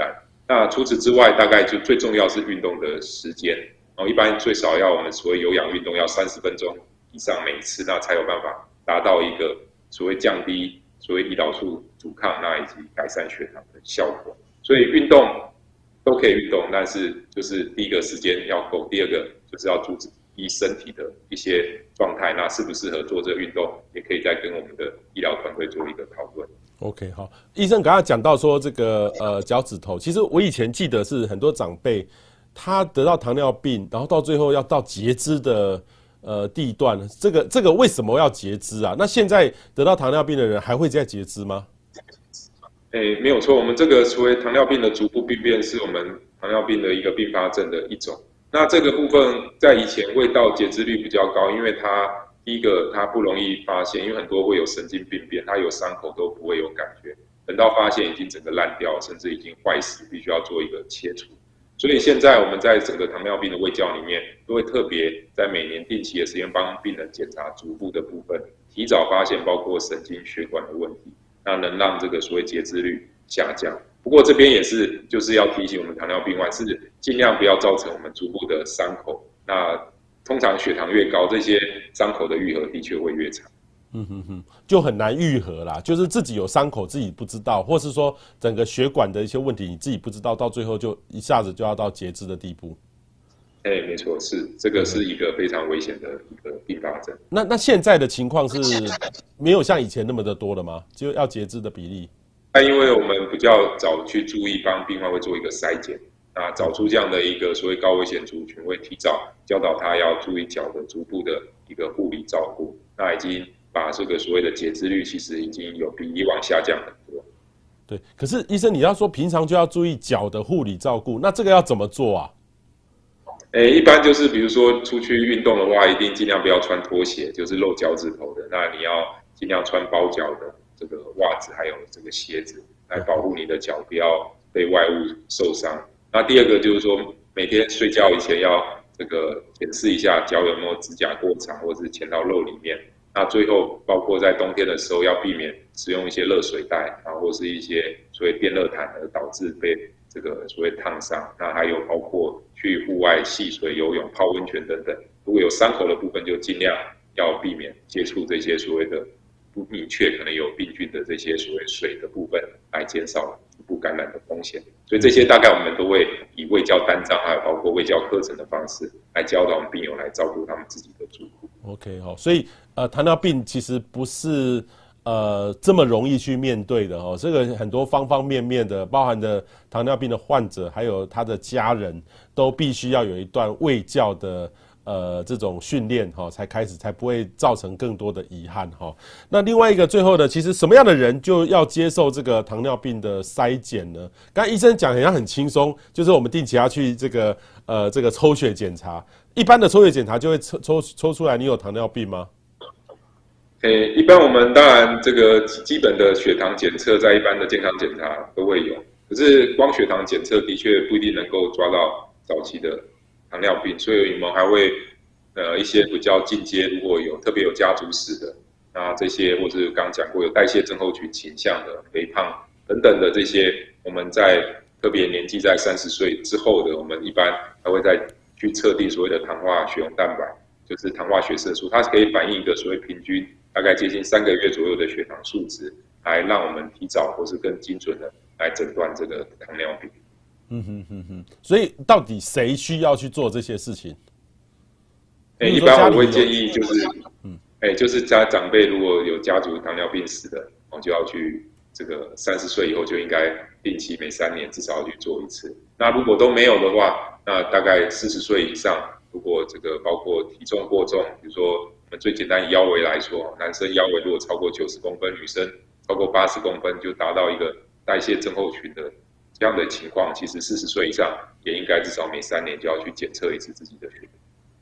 那除此之外，大概就最重要是运动的时间，一般最少要我们所谓有氧运动要30分钟以上每次，那才有办法达到一个所谓降低所谓胰岛素阻抗，那以及改善血糖的效果。所以运动都可以运动，但是就是第一个时间要够，第二个就是要注意身体的一些状态，那适不适合做这个运动，也可以再跟我们的医疗团队做一个讨论。 OK， 好，医生刚刚讲到说这个脚趾头，其实我以前记得是很多长辈他得到糖尿病，然后到最后要到截肢的地段，这个为什么要截肢啊？那现在得到糖尿病的人还会再截肢吗？ 没有错，我们这个所谓糖尿病的足部病变是我们糖尿病的一个并发症的一种。那这个部分在以前胃道截肢率比较高，因为它第一个它不容易发现，因为很多会有神经病变，它有伤口都不会有感觉，等到发现已经整个烂掉，甚至已经坏死，必须要做一个切除。所以现在我们在整个糖尿病的卫教里面，都会特别在每年定期的时间帮病人检查足部的部分，提早发现包括神经血管的问题，那能让这个所谓截肢率下降。不过这边也是就是要提醒我们糖尿病患是尽量不要造成我们足部的伤口。那通常血糖越高，这些伤口的愈合的确会越长。 就很难愈合啦，就是自己有伤口自己不知道，或是说整个血管的一些问题你自己不知道，到最后就一下子就要到截肢的地步。 没错，是这个是一个非常危险的一个并发症。 那现在的情况是没有像以前那么的多了吗？就要截肢的比例？ 因为我们比较早去注意帮病患会做一个筛检，那找出这样的一个所谓高危险族群，会提早教导他要注意脚的足部的一个护理照顾，那已经把这个所谓的截肢率其实已经有比以往下降很多。 对，可是医生你要说平常就要注意脚的护理照顾，那这个要怎么做啊？ 一般就是比如说出去运动的话，一定尽量不要穿拖鞋，就是露脚趾头的，那你要尽量穿包脚的这个袜子还有这个鞋子，来保护你的脚不要被外物受伤。那第二个就是说每天睡觉以前要这个检视一下脚有没有指甲过长或者是潜到肉里面。那最后包括在冬天的时候要避免使用一些热水袋啊，或是一些所谓电热毯而导致被这个所谓烫伤。那还有包括去户外戏水、游泳、泡温泉等等，如果有伤口的部分就尽量要避免接触这些所谓的不明确可能有病菌的这些所谓水的部分，来减少腹部感染的风险。所以这些大概我们都会以卫教单张还有包括卫教课程的方式来教导我们病友来照顾他们自己的足部。 OK， 好，所以糖尿病其实不是这么容易去面对的哦，这个很多方方面面的，包含的糖尿病的患者还有他的家人，都必须要有一段卫教的这种训练哈，才开始，才不会造成更多的遗憾哈。那另外一个最后呢，其实什么样的人就要接受这个糖尿病的筛检呢？刚才医生讲好像很轻松，就是我们定期要去这个抽血检查，一般的抽血检查就会抽出来你有糖尿病吗？ 一般我们当然这个基本的血糖检测在一般的健康检查都会有，可是光血糖检测的确不一定能够抓到早期的糖尿病，所以我们还会一些比较进阶，如果有特别有家族史的，那这些或是刚刚讲过有代谢症候群倾向的、肥胖等等的这些，我们在特别年纪在30岁之后的，我们一般还会再去测定所谓的糖化血红蛋白，就是糖化血色素，它可以反映一个所谓平均大概接近3个月左右的血糖数值，来让我们提早或是更精准的来诊断这个糖尿病。 所以到底谁需要去做这些事情？ 一般我会建议就是，就是长辈如果有家族糖尿病史的，就要去这个30岁以后就应该定期每3年至少要去做一次。那如果都没有的话，那大概40岁以上，如果这个包括体重过重，比如说我们最简单以腰围来说，男生腰围如果超过90公分，女生超过80公分，就达到一个代谢症候群的这样的情况，其实40岁以上也应该至少每3年就要去检测一次自己的血糖。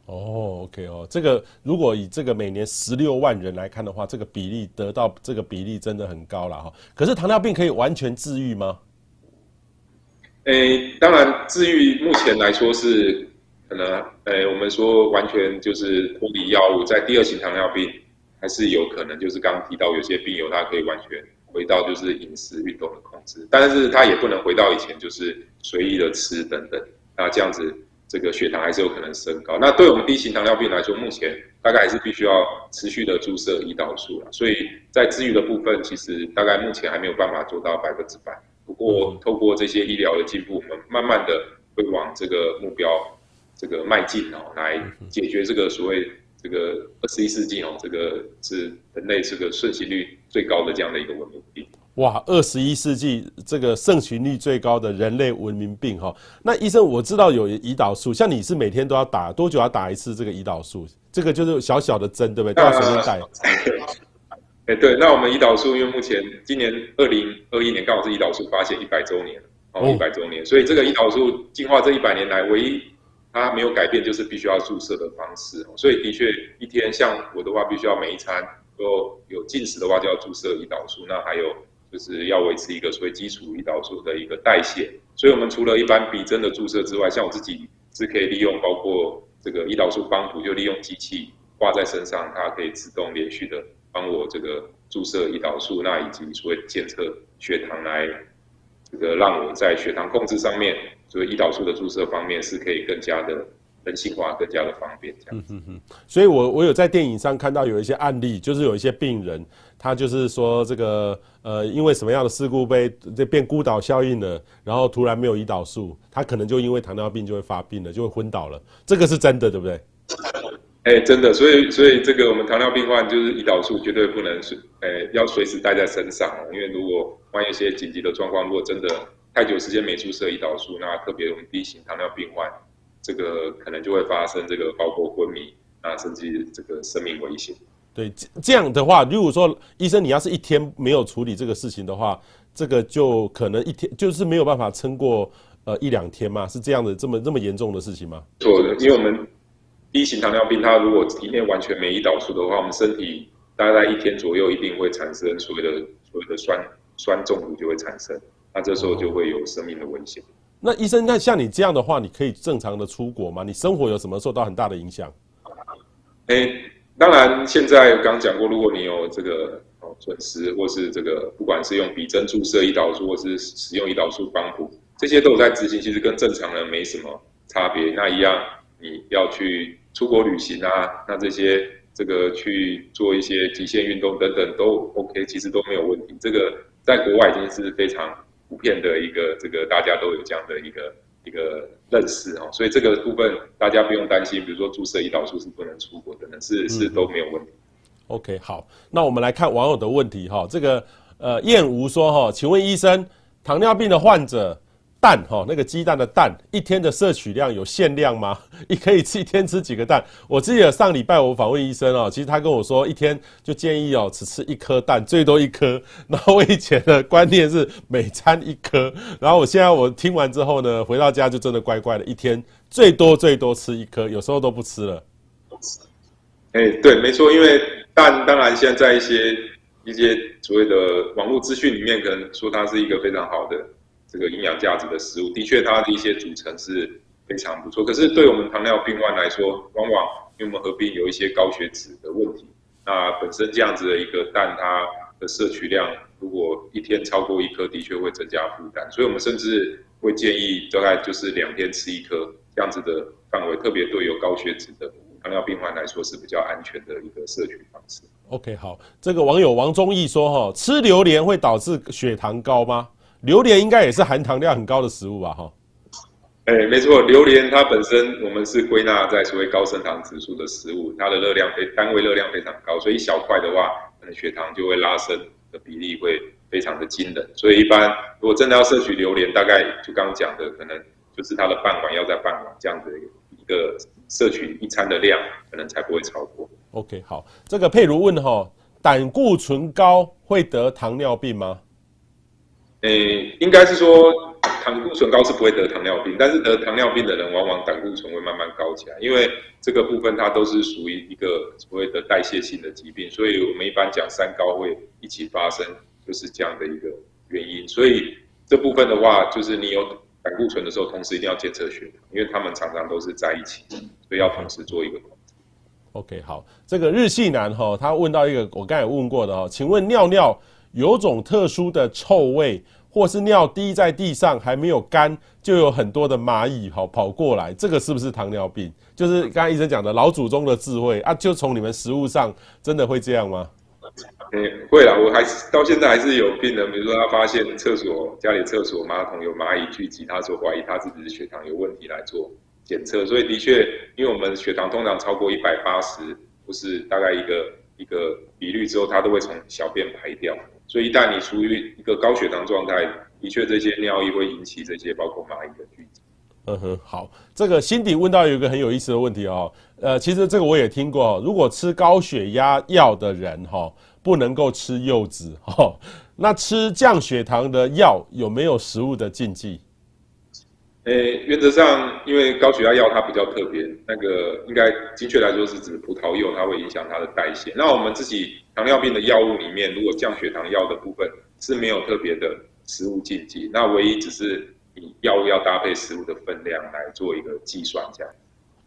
OK 哦，这个如果以这个每年16万人来看的话，这个比例得到这个比例真的很高了哈。可是糖尿病可以完全治愈吗？ 当然治愈目前来说是可能，我们说完全就是脱离药物，在第2型糖尿病还是有可能，就是刚刚提到有些病友他可以完全回到就是饮食运动的控制，但是它也不能回到以前就是随意的吃等等，那这样子这个血糖还是有可能升高。那对我们第一型糖尿病来说，目前大概还是必须要持续的注射胰岛素啦，所以在治愈的部分，其实大概目前还没有办法做到100%。不过透过这些医疗的进步，我们慢慢的会往这个目标这个迈进来解决这个所谓这个21世纪这个是人类这个盛行率最高的这样的一个文明病。 哇，21世纪这个盛行率最高的人类文明病哈。那医生，我知道有胰岛素，像你是每天都要打，多久要打一次这个胰岛素？这个就是小小的针，对不对？都要随便带。 对，那我们胰岛素，因为目前今年2021年刚好是胰岛素发现100周年，100周年，所以这个胰岛素进化这100年来，唯一它没有改变就是必须要注射的方式，所以的确一天像我的话，必须要每一餐都有进食的话就要注射胰岛素，那还有就是要维持一个所谓基础胰岛素的一个代谢，所以我们除了一般比针的注射之外，像我自己是可以利用包括这个胰岛素帮浦，就利用机器挂在身上，它可以自动连续的帮我这个注射胰岛素，那以及所谓监测血糖来这个让我在血糖控制上面，所以胰岛素的注射方面是可以更加的人性化，更加的方便这样。 所以我有在电影上看到有一些案例，就是有一些病人，他就是说这个因为什么样的事故变孤岛效应了，然后突然没有胰岛素，他可能就因为糖尿病就会发病了，就会昏倒了。这个是真的，对不对？ 真的，所以这个我们糖尿病患就是胰岛素绝对不能要随时带在身上，因为如果万一一些紧急的状况，如果真的太久时间没注射胰岛素，那特别我们第一型糖尿病患，这个可能就会发生这个包括昏迷，那甚至这个生命危险。 对，这样的话，如果说医生你要是一天没有处理这个事情的话，这个就可能一天就是没有办法撑过1-2天吗？是这样的这么严重的事情吗？ 错的，因为我们第一型糖尿病，它如果体内完全没胰岛素的话，我们身体大概1天左右一定会产生所谓的酸中毒就会产生，那这时候就会有生命的危险。 那医生，那像你这样的话，你可以正常的出国吗？你生活有什么受到很大的影响？ 当然，现在刚刚讲过，如果你有这个损失，或是这个不管是用笔针注射胰岛素，或是使用胰岛素帮浦，这些都有在执行，其实跟正常人没什么差别。那一样，你要去出国旅行啊，那这些这个去做一些极限运动等等都 OK， 其实都没有问题。这个在国外已经是非常普遍的一个这个大家都有这样的一个认识所以这个部分大家不用担心，比如说注射胰岛素是不能出国的，是都没有问题。 OK， 好，那我们来看网友的问题这个燕吴说请问医生，糖尿病的患者蛋那个鸡蛋的蛋一天的摄取量有限量吗？可以一天吃几个蛋？我记得上礼拜我访问医生其实他跟我说一天就建议只吃1颗蛋，最多1颗。然后我以前的观念是每餐1颗，然后现在我听完之后呢，回到家就真的乖乖的，一天最多吃1颗，有时候都不吃了。 对，没错，因为蛋当然现在一些所谓的网络资讯里面可能说它是一个非常好的这个营养价值的食物，的确它的一些组成是非常不错。可是对我们糖尿病患来说，往往因为我们合并有一些高血脂的问题，那本身这样子的一个蛋，它的摄取量如果一天超过1颗，的确会增加负担。所以我们甚至会建议大概就是2天吃1颗这样子的范围，特别对有高血脂的糖尿病患来说是比较安全的一个摄取方式。 OK， 好，这个网友王忠义说吃榴莲会导致血糖高吗？榴莲应该也是含糖量很高的食物吧？ 没错，榴莲它本身我们是归纳在所谓高升糖指数的食物，它的单位热量非常高，所以一小块的话，可能血糖就会拉升的比例会非常的惊人。所以一般如果真的要摄取榴莲，大概就刚刚讲的，可能就是它的半碗要在半碗这样的一个摄取一餐的量，可能才不会超过。 OK， 好，这个佩如问胆固醇高会得糖尿病吗？ 应该是说胆固醇高是不会得糖尿病，但是得糖尿病的人往往胆固醇会慢慢高起来，因为这个部分它都是属于一个所谓的代谢性的疾病，所以我们一般讲三高会一起发生，就是这样的一个原因。所以这部分的话，就是你有胆固醇的时候，同时一定要监测血糖，因为他们常常都是在一起，所以要同时做一个控制。 OK， 好，这个日系男他问到一个我刚才问过的请问尿尿有种特殊的臭味，或是尿滴在地上还没有干，就有很多的蚂蚁跑过来，这个是不是糖尿病？就是刚才医生讲的老祖宗的智慧啊，就从你们食物上真的会这样吗？ 会啦，我还是到现在还是有病人，比如说他发现家里厕所马桶有蚂蚁聚集，他说怀疑他自己的血糖有问题来做检测，所以的确，因为我们血糖通常超过180，不是大概一个比率之后，它都会从小便排掉，所以一旦你处于一个高血糖状态，的确这些尿液会引起这些包括蚂蚁的聚集。 好，这个辛迪问到有一个很有意思的问题哦，其实这个我也听过，如果吃高血压药的人不能够吃柚子那吃降血糖的药有没有食物的禁忌？ 原则上，因为高血压药它比较特别，那个应该精确来说是指葡萄柚，它会影响它的代谢。那我们自己糖尿病的药物里面，如果降血糖药的部分是没有特别的食物禁忌，那唯一只是你药物要搭配食物的分量来做一个计算，这样。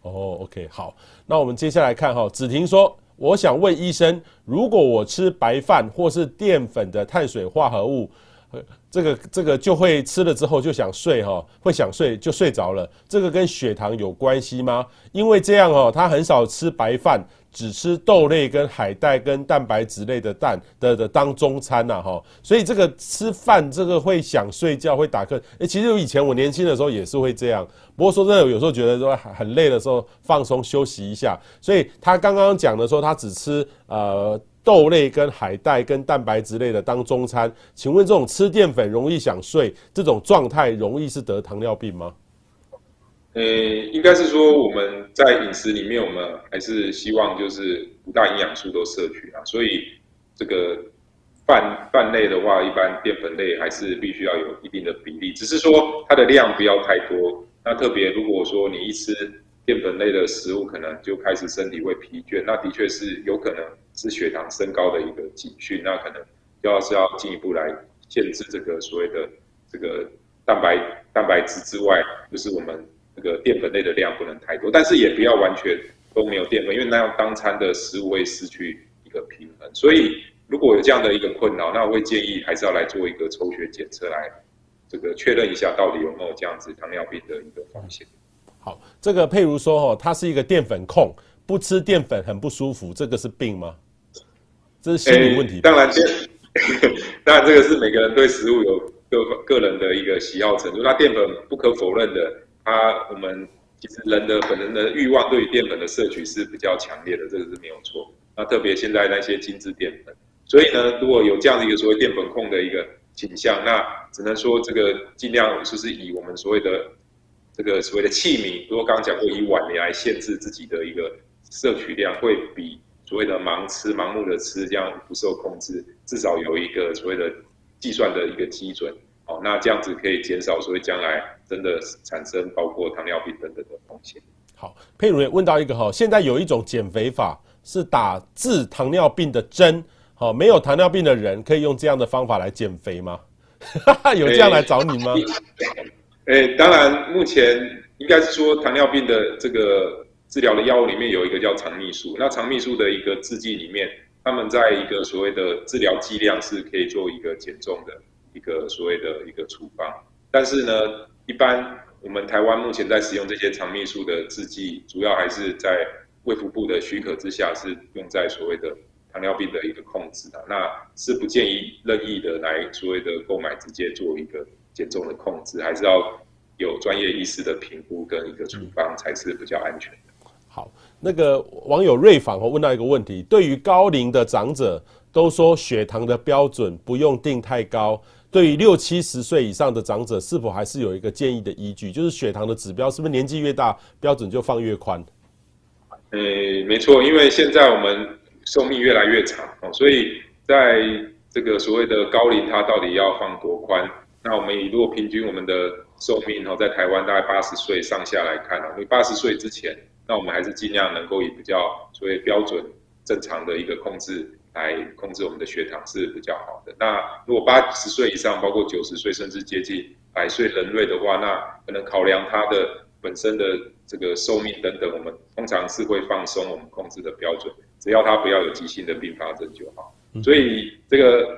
OK， 好，那我们接下来看子婷说，我想问医生，如果我吃白饭或是淀粉的碳水化合物，这个就会吃了之后就想睡会想睡就睡着了，这个跟血糖有关系吗？因为这样他很少吃白饭，只吃豆类跟海带跟蛋白质类的当中餐所以这个吃饭这个会想睡觉会打瞌。其实以前我年轻的时候也是会这样，不过说真的，有时候觉得说很累的时候放松休息一下。所以他刚刚讲的说他只吃豆类跟海带跟蛋白质类的当中餐，请问这种吃淀粉容易想睡这种状态容易是得糖尿病吗？ 应该是说我们在饮食里面，我们还是希望就是5大营养素都摄取所以这个饭类的话，一般淀粉类还是必须要有一定的比例，只是说它的量不要太多。那特别如果说你一吃淀粉类的食物，可能就开始身体会疲倦，那的确是有可能是血糖升高的一个警讯，那可能要进一步来限制这个所谓的这个蛋白质之外，就是我们这个淀粉类的量不能太多，但是也不要完全都没有淀粉，因为那样当餐的食物会失去一个平衡。所以如果有这样的一个困扰，那我会建议还是要来做一个抽血检测，来这个确认一下到底有没有这样子糖尿病的一个风险。 好，这个譬如说他是一个淀粉控，不吃淀粉很不舒服，这个是病吗？这是心理问题。 当然这个是每个人对食物有个人的一个喜好程度。那淀粉不可否认的，我们其实人的本能的欲望对于淀粉的摄取是比较强烈的，这个是没有错。那特别现在那些精致淀粉，所以呢，如果有这样的一个所谓淀粉控的一个倾向，那只能说这个尽量就是以我们所谓的这个所谓的器皿，如果刚刚讲过以碗来限制自己的一个摄取量，会比所谓的盲目的吃这样不受控制，至少有一个所谓的计算的一个基准。那这样子可以减少所谓将来真的产生包括糖尿病等等的风险。 好，佩如也问到一个现在有一种减肥法是打治糖尿病的针，没有糖尿病的人可以用这样的方法来减肥吗？有这样来找你吗？ 当然，目前应该是说糖尿病的这个治疗的药物里面有一个叫肠泌素，那肠泌素的一个制剂里面，他们在一个所谓的治疗剂量是可以做一个减重的一个所谓的一个处方，但是呢，一般我们台湾目前在使用这些肠泌素的制剂，主要还是在卫福部的许可之下，是用在所谓的糖尿病的一个控制那是不建议任意的来所谓的购买直接做一个减重的控制，还是要有专业医师的评估跟一个处方才是比较安全的。 好，那个网友瑞访问到一个问题，对于高龄的长者都说血糖的标准不用定太高，对于60、70岁以上的长者是否还是有一个建议的依据，就是血糖的指标是不是年纪越大标准就放越宽？ 没错，因为现在我们寿命越来越长所以在这个所谓的高龄它到底要放多宽，那我们如果平均我们的寿命在台湾大概80岁上下来看因为80岁之前，那我们还是尽量能够以比较所谓标准正常的一个控制来控制我们的血糖是比较好的。那如果80岁以上，包括90岁甚至接近100岁人类的话，那可能考量它的本身的这个寿命等等，我们通常是会放松我们控制的标准，只要它不要有急性的并发症就好。所以这个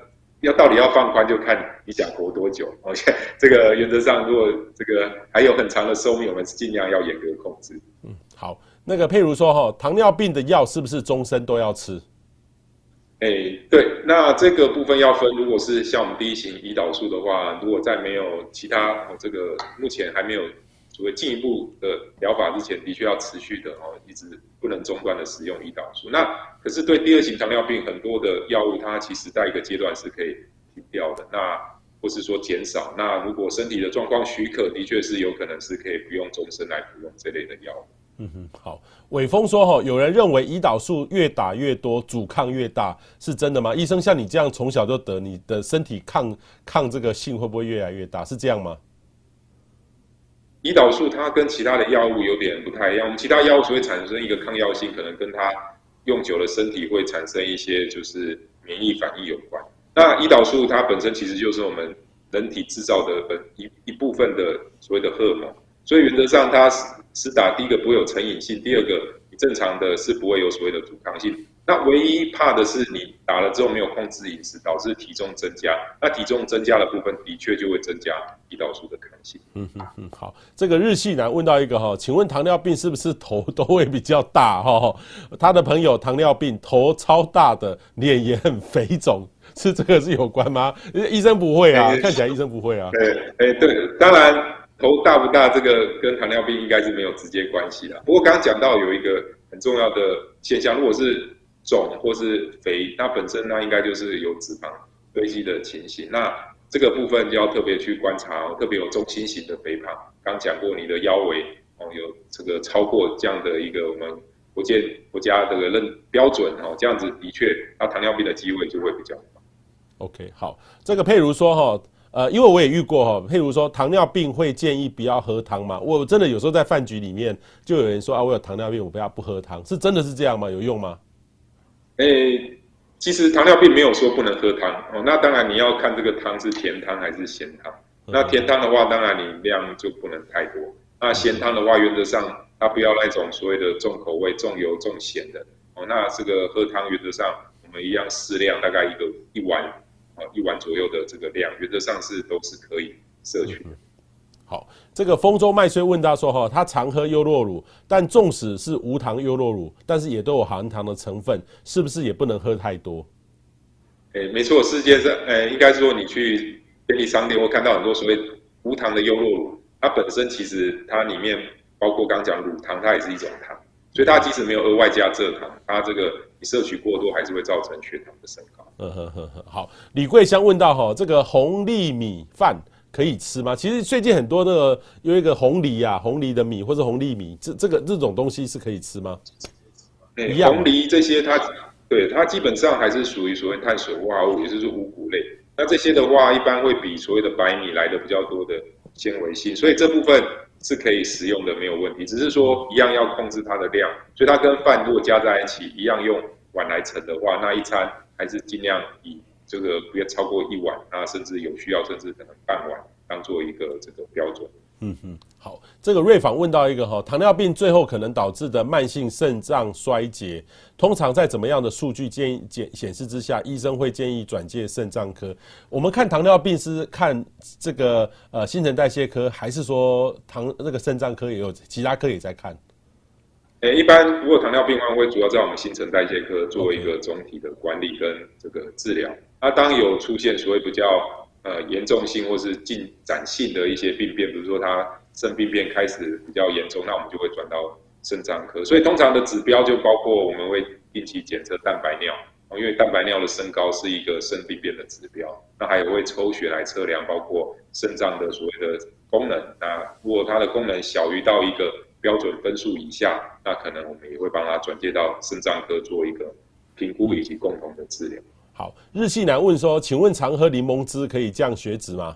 到底要放宽，就看你想活多久。这个原则上，如果这个还有很长的寿命，我们尽量要严格控制。 好，那个譬如说糖尿病的药是不是终身都要吃？ 对，那这个部分要分，如果是像我们第一型胰岛素的话，如果在没有其他这个目前还没有所谓进一步的疗法之前，的确要持续的一直不能中断的使用胰岛素。那可是对第二型糖尿病很多的药物，它其实在一个阶段是可以停掉的，那或是说减少。那如果身体的状况许可，的确是有可能是可以不用终身来服用这类的药物。 好，伟峰说有人认为胰岛素越打越多，阻抗越大，是真的吗？医生像你这样从小就得，你的身体抗这个性会不会越来越大？是这样吗？ 胰岛素它跟其他的药物有点不太一样，我们其他药物所会产生一个抗药性，可能跟它用久了身体会产生一些就是免疫反应有关。那胰岛素它本身其实就是我们人体制造的一部分的所谓的荷尔蒙，所以原则上它是打第一个不会有成瘾性，第二个你正常的是不会有所谓的阻抗性。那唯一怕的是你打了之后没有控制饮食，导致体重增加。那体重增加的部分的确就会增加胰岛素的抗性。 好，这个日系男问到一个请问糖尿病是不是头都会比较大他的朋友糖尿病头超大的，脸也很肥肿，是这个是有关吗？医生不会啊，看起来医生不会啊。 对，当然头大不大这个跟糖尿病应该是没有直接关系啦。不过刚刚讲到有一个很重要的现象，如果是肿或是肥，那本身应该就是有脂肪堆积的情形。那这个部分就要特别去观察特别有中心型的肥胖。刚讲过你的腰围有这个超过这样的一个我们国家这个标准这样子的确，那糖尿病的机会就会比较高。 OK， 好，这个譬如说因为我也遇过譬如说糖尿病会建议不要喝汤嘛，我真的有时候在饭局里面就有人说我有糖尿病，我不喝汤，是真的是这样吗？有用吗？ 其实糖尿病没有说不能喝汤那当然你要看这个汤是甜汤还是咸汤。那甜汤的话，当然你量就不能太多。那咸汤的话，原则上它不要那种所谓的重口味、重油、重咸的那这个喝汤原则上我们一样适量，大概一碗左右的这个量，原则上都是可以摄取的。 好，这个丰州麦穗问他说他常喝优酪乳，但纵使是无糖优酪乳，但是也都有含糖的成分，是不是也不能喝太多？ 没错，世界上应该说你去便利商店会看到很多所谓无糖的优酪乳，它本身其实它里面包括刚讲乳糖，它也是一种糖，所以它即使没有额外加蔗糖，它这个你摄取过多还是会造成血糖的升高。 好，李桂香问到这个红粒米饭可以吃吗？其实最近很多有一个红梨的米或者红粒米，这种东西是可以吃吗？ 红梨这些它基本上还是属于所谓碳水化合物，也就是五谷类。那这些的话，一般会比所谓的白米来的比较多的纤维性，所以这部分是可以食用的，没有问题。只是说一样要控制它的量，所以它跟饭如果加在一起，一样用碗来盛的话，那一餐还是尽量以这个不要超过1碗，那甚至有需要甚至可能半碗当做一个这个标准。 好，这个瑞访问到一个糖尿病最后可能导致的慢性肾脏衰竭，通常在怎么样的数据显示之下，医生会建议转介肾脏科？我们看糖尿病是看这个新陈代谢科，还是说那个肾脏科也有其他科也在看？ 一般如果糖尿病的话，会主要在我们新陈代谢科做一个总体的管理跟这个治疗。那当有出现所谓比较严重性或是进展性的一些病变，比如说它肾病变开始比较严重，那我们就会转到肾脏科。所以通常的指标就包括我们会定期检测蛋白尿，因为蛋白尿的升高是一个肾病变的指标。那还有会抽血来测量包括肾脏的所谓的功能。那如果它的功能小于到一个标准分数以下，那可能我们也会帮它转介到肾脏科做一个评估以及共同的治疗。 好，日系男问说，请问常喝柠檬汁可以降血脂吗？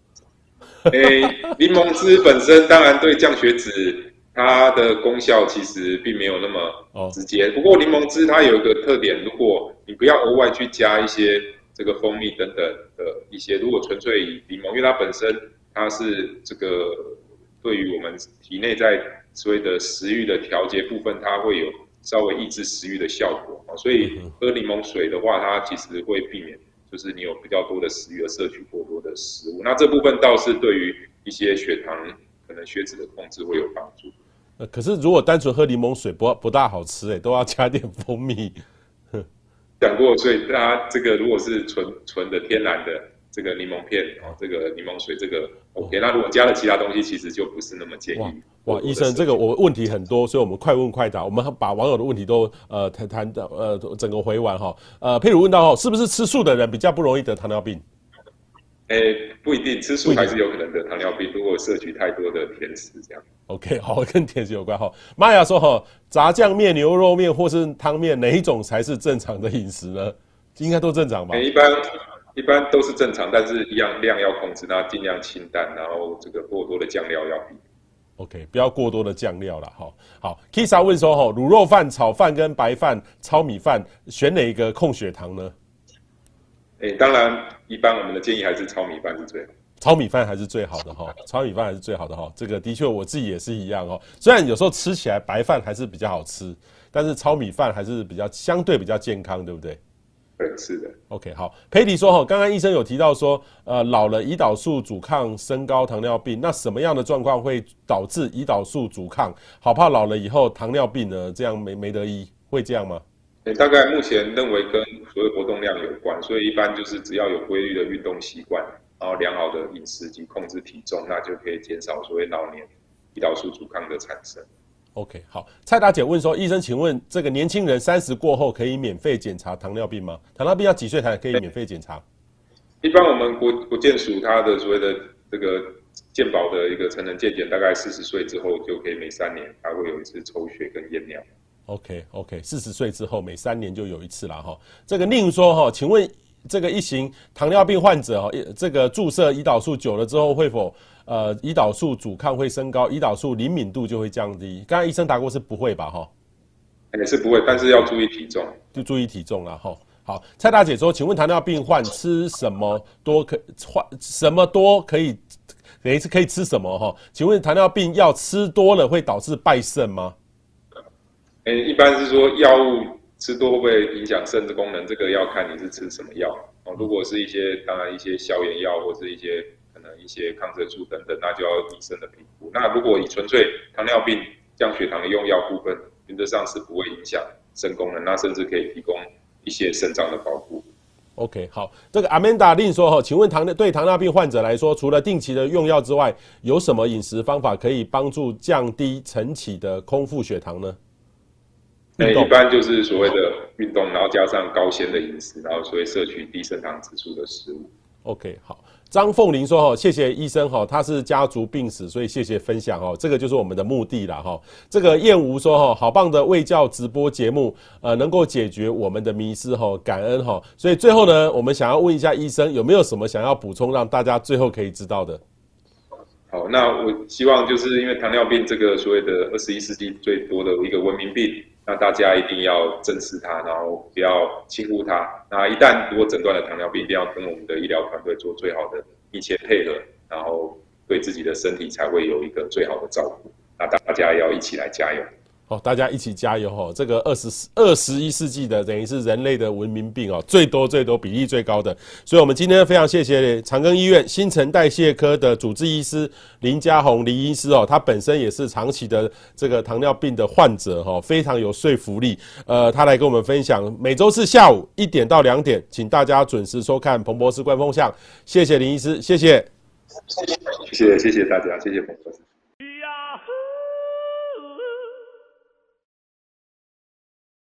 柠檬汁本身当然对降血脂它的功效其实并没有那么直接，不过柠檬汁它有一个特点，如果你不要额外去加一些这个蜂蜜等等的一些，如果纯粹以柠檬，因为它本身它是这个对于我们体内在所谓的食欲的调节部分，它会有稍微抑制食欲的效果，所以喝柠檬水的话，它其实会避免就是你有比较多的食欲而摄取过多的食物。那这部分倒是对于一些血糖可能血脂的控制会有帮助。 可是如果单纯喝柠檬水不大好吃都要加点蜂蜜。 讲过，所以大家这个如果是纯的天然的这个柠檬片这个柠檬水这个 OK， 那如果加了其他东西，其实就不是那么建议。 哇，医生，这个我问题很多，所以我们快问快答，我们把网友的问题都谈整个回完哈。譬如问到是不是吃素的人比较不容易得糖尿病？ 不一定，吃素还是有可能得糖尿病，如果摄取太多的甜食这样。 OK， 好，跟甜食有关哈。玛雅说炸酱面、牛肉面或是汤面，哪一种才是正常的饮食呢？应该都正常吧？ 一般都是正常，但是一样量要控制，那尽量清淡，然后这个过多的酱料要避免。 OK， 不要过多的酱料啦。好 ，Kisa 问说卤肉饭、炒饭跟白饭、糙米饭选哪一个控血糖呢？ 当然，一般我们的建议还是糙米饭是最好。 糙米饭还是最好的糙米饭还是最好的这个的确我自己也是一样虽然有时候吃起来白饭还是比较好吃，但是糙米饭还是相对比较健康，对不对？ 对，是的。 OK， 好，佩蒂说刚刚医生有提到说，老了胰岛素阻抗升高糖尿病，那什么样的状况会导致胰岛素阻抗？好怕老了以后糖尿病呢？这样没得医，会这样吗？ 大概目前认为跟所谓活动量有关，所以一般就是只要有规律的运动习惯，然后良好的饮食及控制体重，那就可以减少所谓老年胰岛素阻抗的产生。 OK， 好，蔡大姐问说，医生，请问这个年轻人30过后可以免费检查糖尿病吗？糖尿病要几岁才可以免费检查？ 一般我们国健署它的所谓的这个健保的一个成人健检，大概40岁之后就可以每3年还会有一次抽血跟验尿。 OK， 40岁之后每3年就有一次啦这个宁说请问这个一型糖尿病患者这个注射胰岛素久了之后会否胰岛素阻抗会升高，胰岛素灵敏度就会降低？刚才医生答过是不会吧也是不会，但是要注意体重， 就注意体重啦好，蔡大姐说，请问糖尿病患吃什么多可以吃什么请问糖尿病药吃多了会导致败肾吗？ 一般是说药物吃多会不会影响肾的功能，这个要看你是吃什么药如果是当然一些消炎药或是可能一些抗生素等等，那就要医生的评估。那如果以纯粹糖尿病降血糖的用药部分，原则上是不会影响肾功能，那甚至可以提供一些肾脏的保护。 OK， 好，这个 Amanda Lin 说请问对糖尿病患者来说，除了定期的用药之外，有什么饮食方法可以帮助降低晨起的空腹血糖呢？ 一般就是所谓的运动，然后加上高纤的饮食，然后所谓摄取低升糖指数的食物。 OK， 好，张凤玲说谢谢医生他是家族病史，所以谢谢分享这个就是我们的目的啦这个燕吴说好棒的卫教直播节目，能够解决我们的迷思感恩所以最后呢，我们想要问一下医生有没有什么想要补充，让大家最后可以知道的。 好，那我希望就是因为糖尿病这个所谓的21世纪最多的一个文明病，那大家一定要正视它，然后不要轻忽它。那一旦如果诊断了糖尿病，一定要跟我们的医疗团队做最好的密切配合，然后对自己的身体才会有一个最好的照顾。那大家要一起来加油。 大家一起加油这个21世纪的等于是人类的文明病最多比例最高的，所以我们今天非常谢谢长庚医院新陈代谢科的主治医师林家宏林医师他本身也是长期的这个糖尿病的患者非常有说服力。他来跟我们分享，每周四下午1点到2点，请大家准时收看彭博士观风向。谢谢林医师，谢谢大家，谢谢彭博士。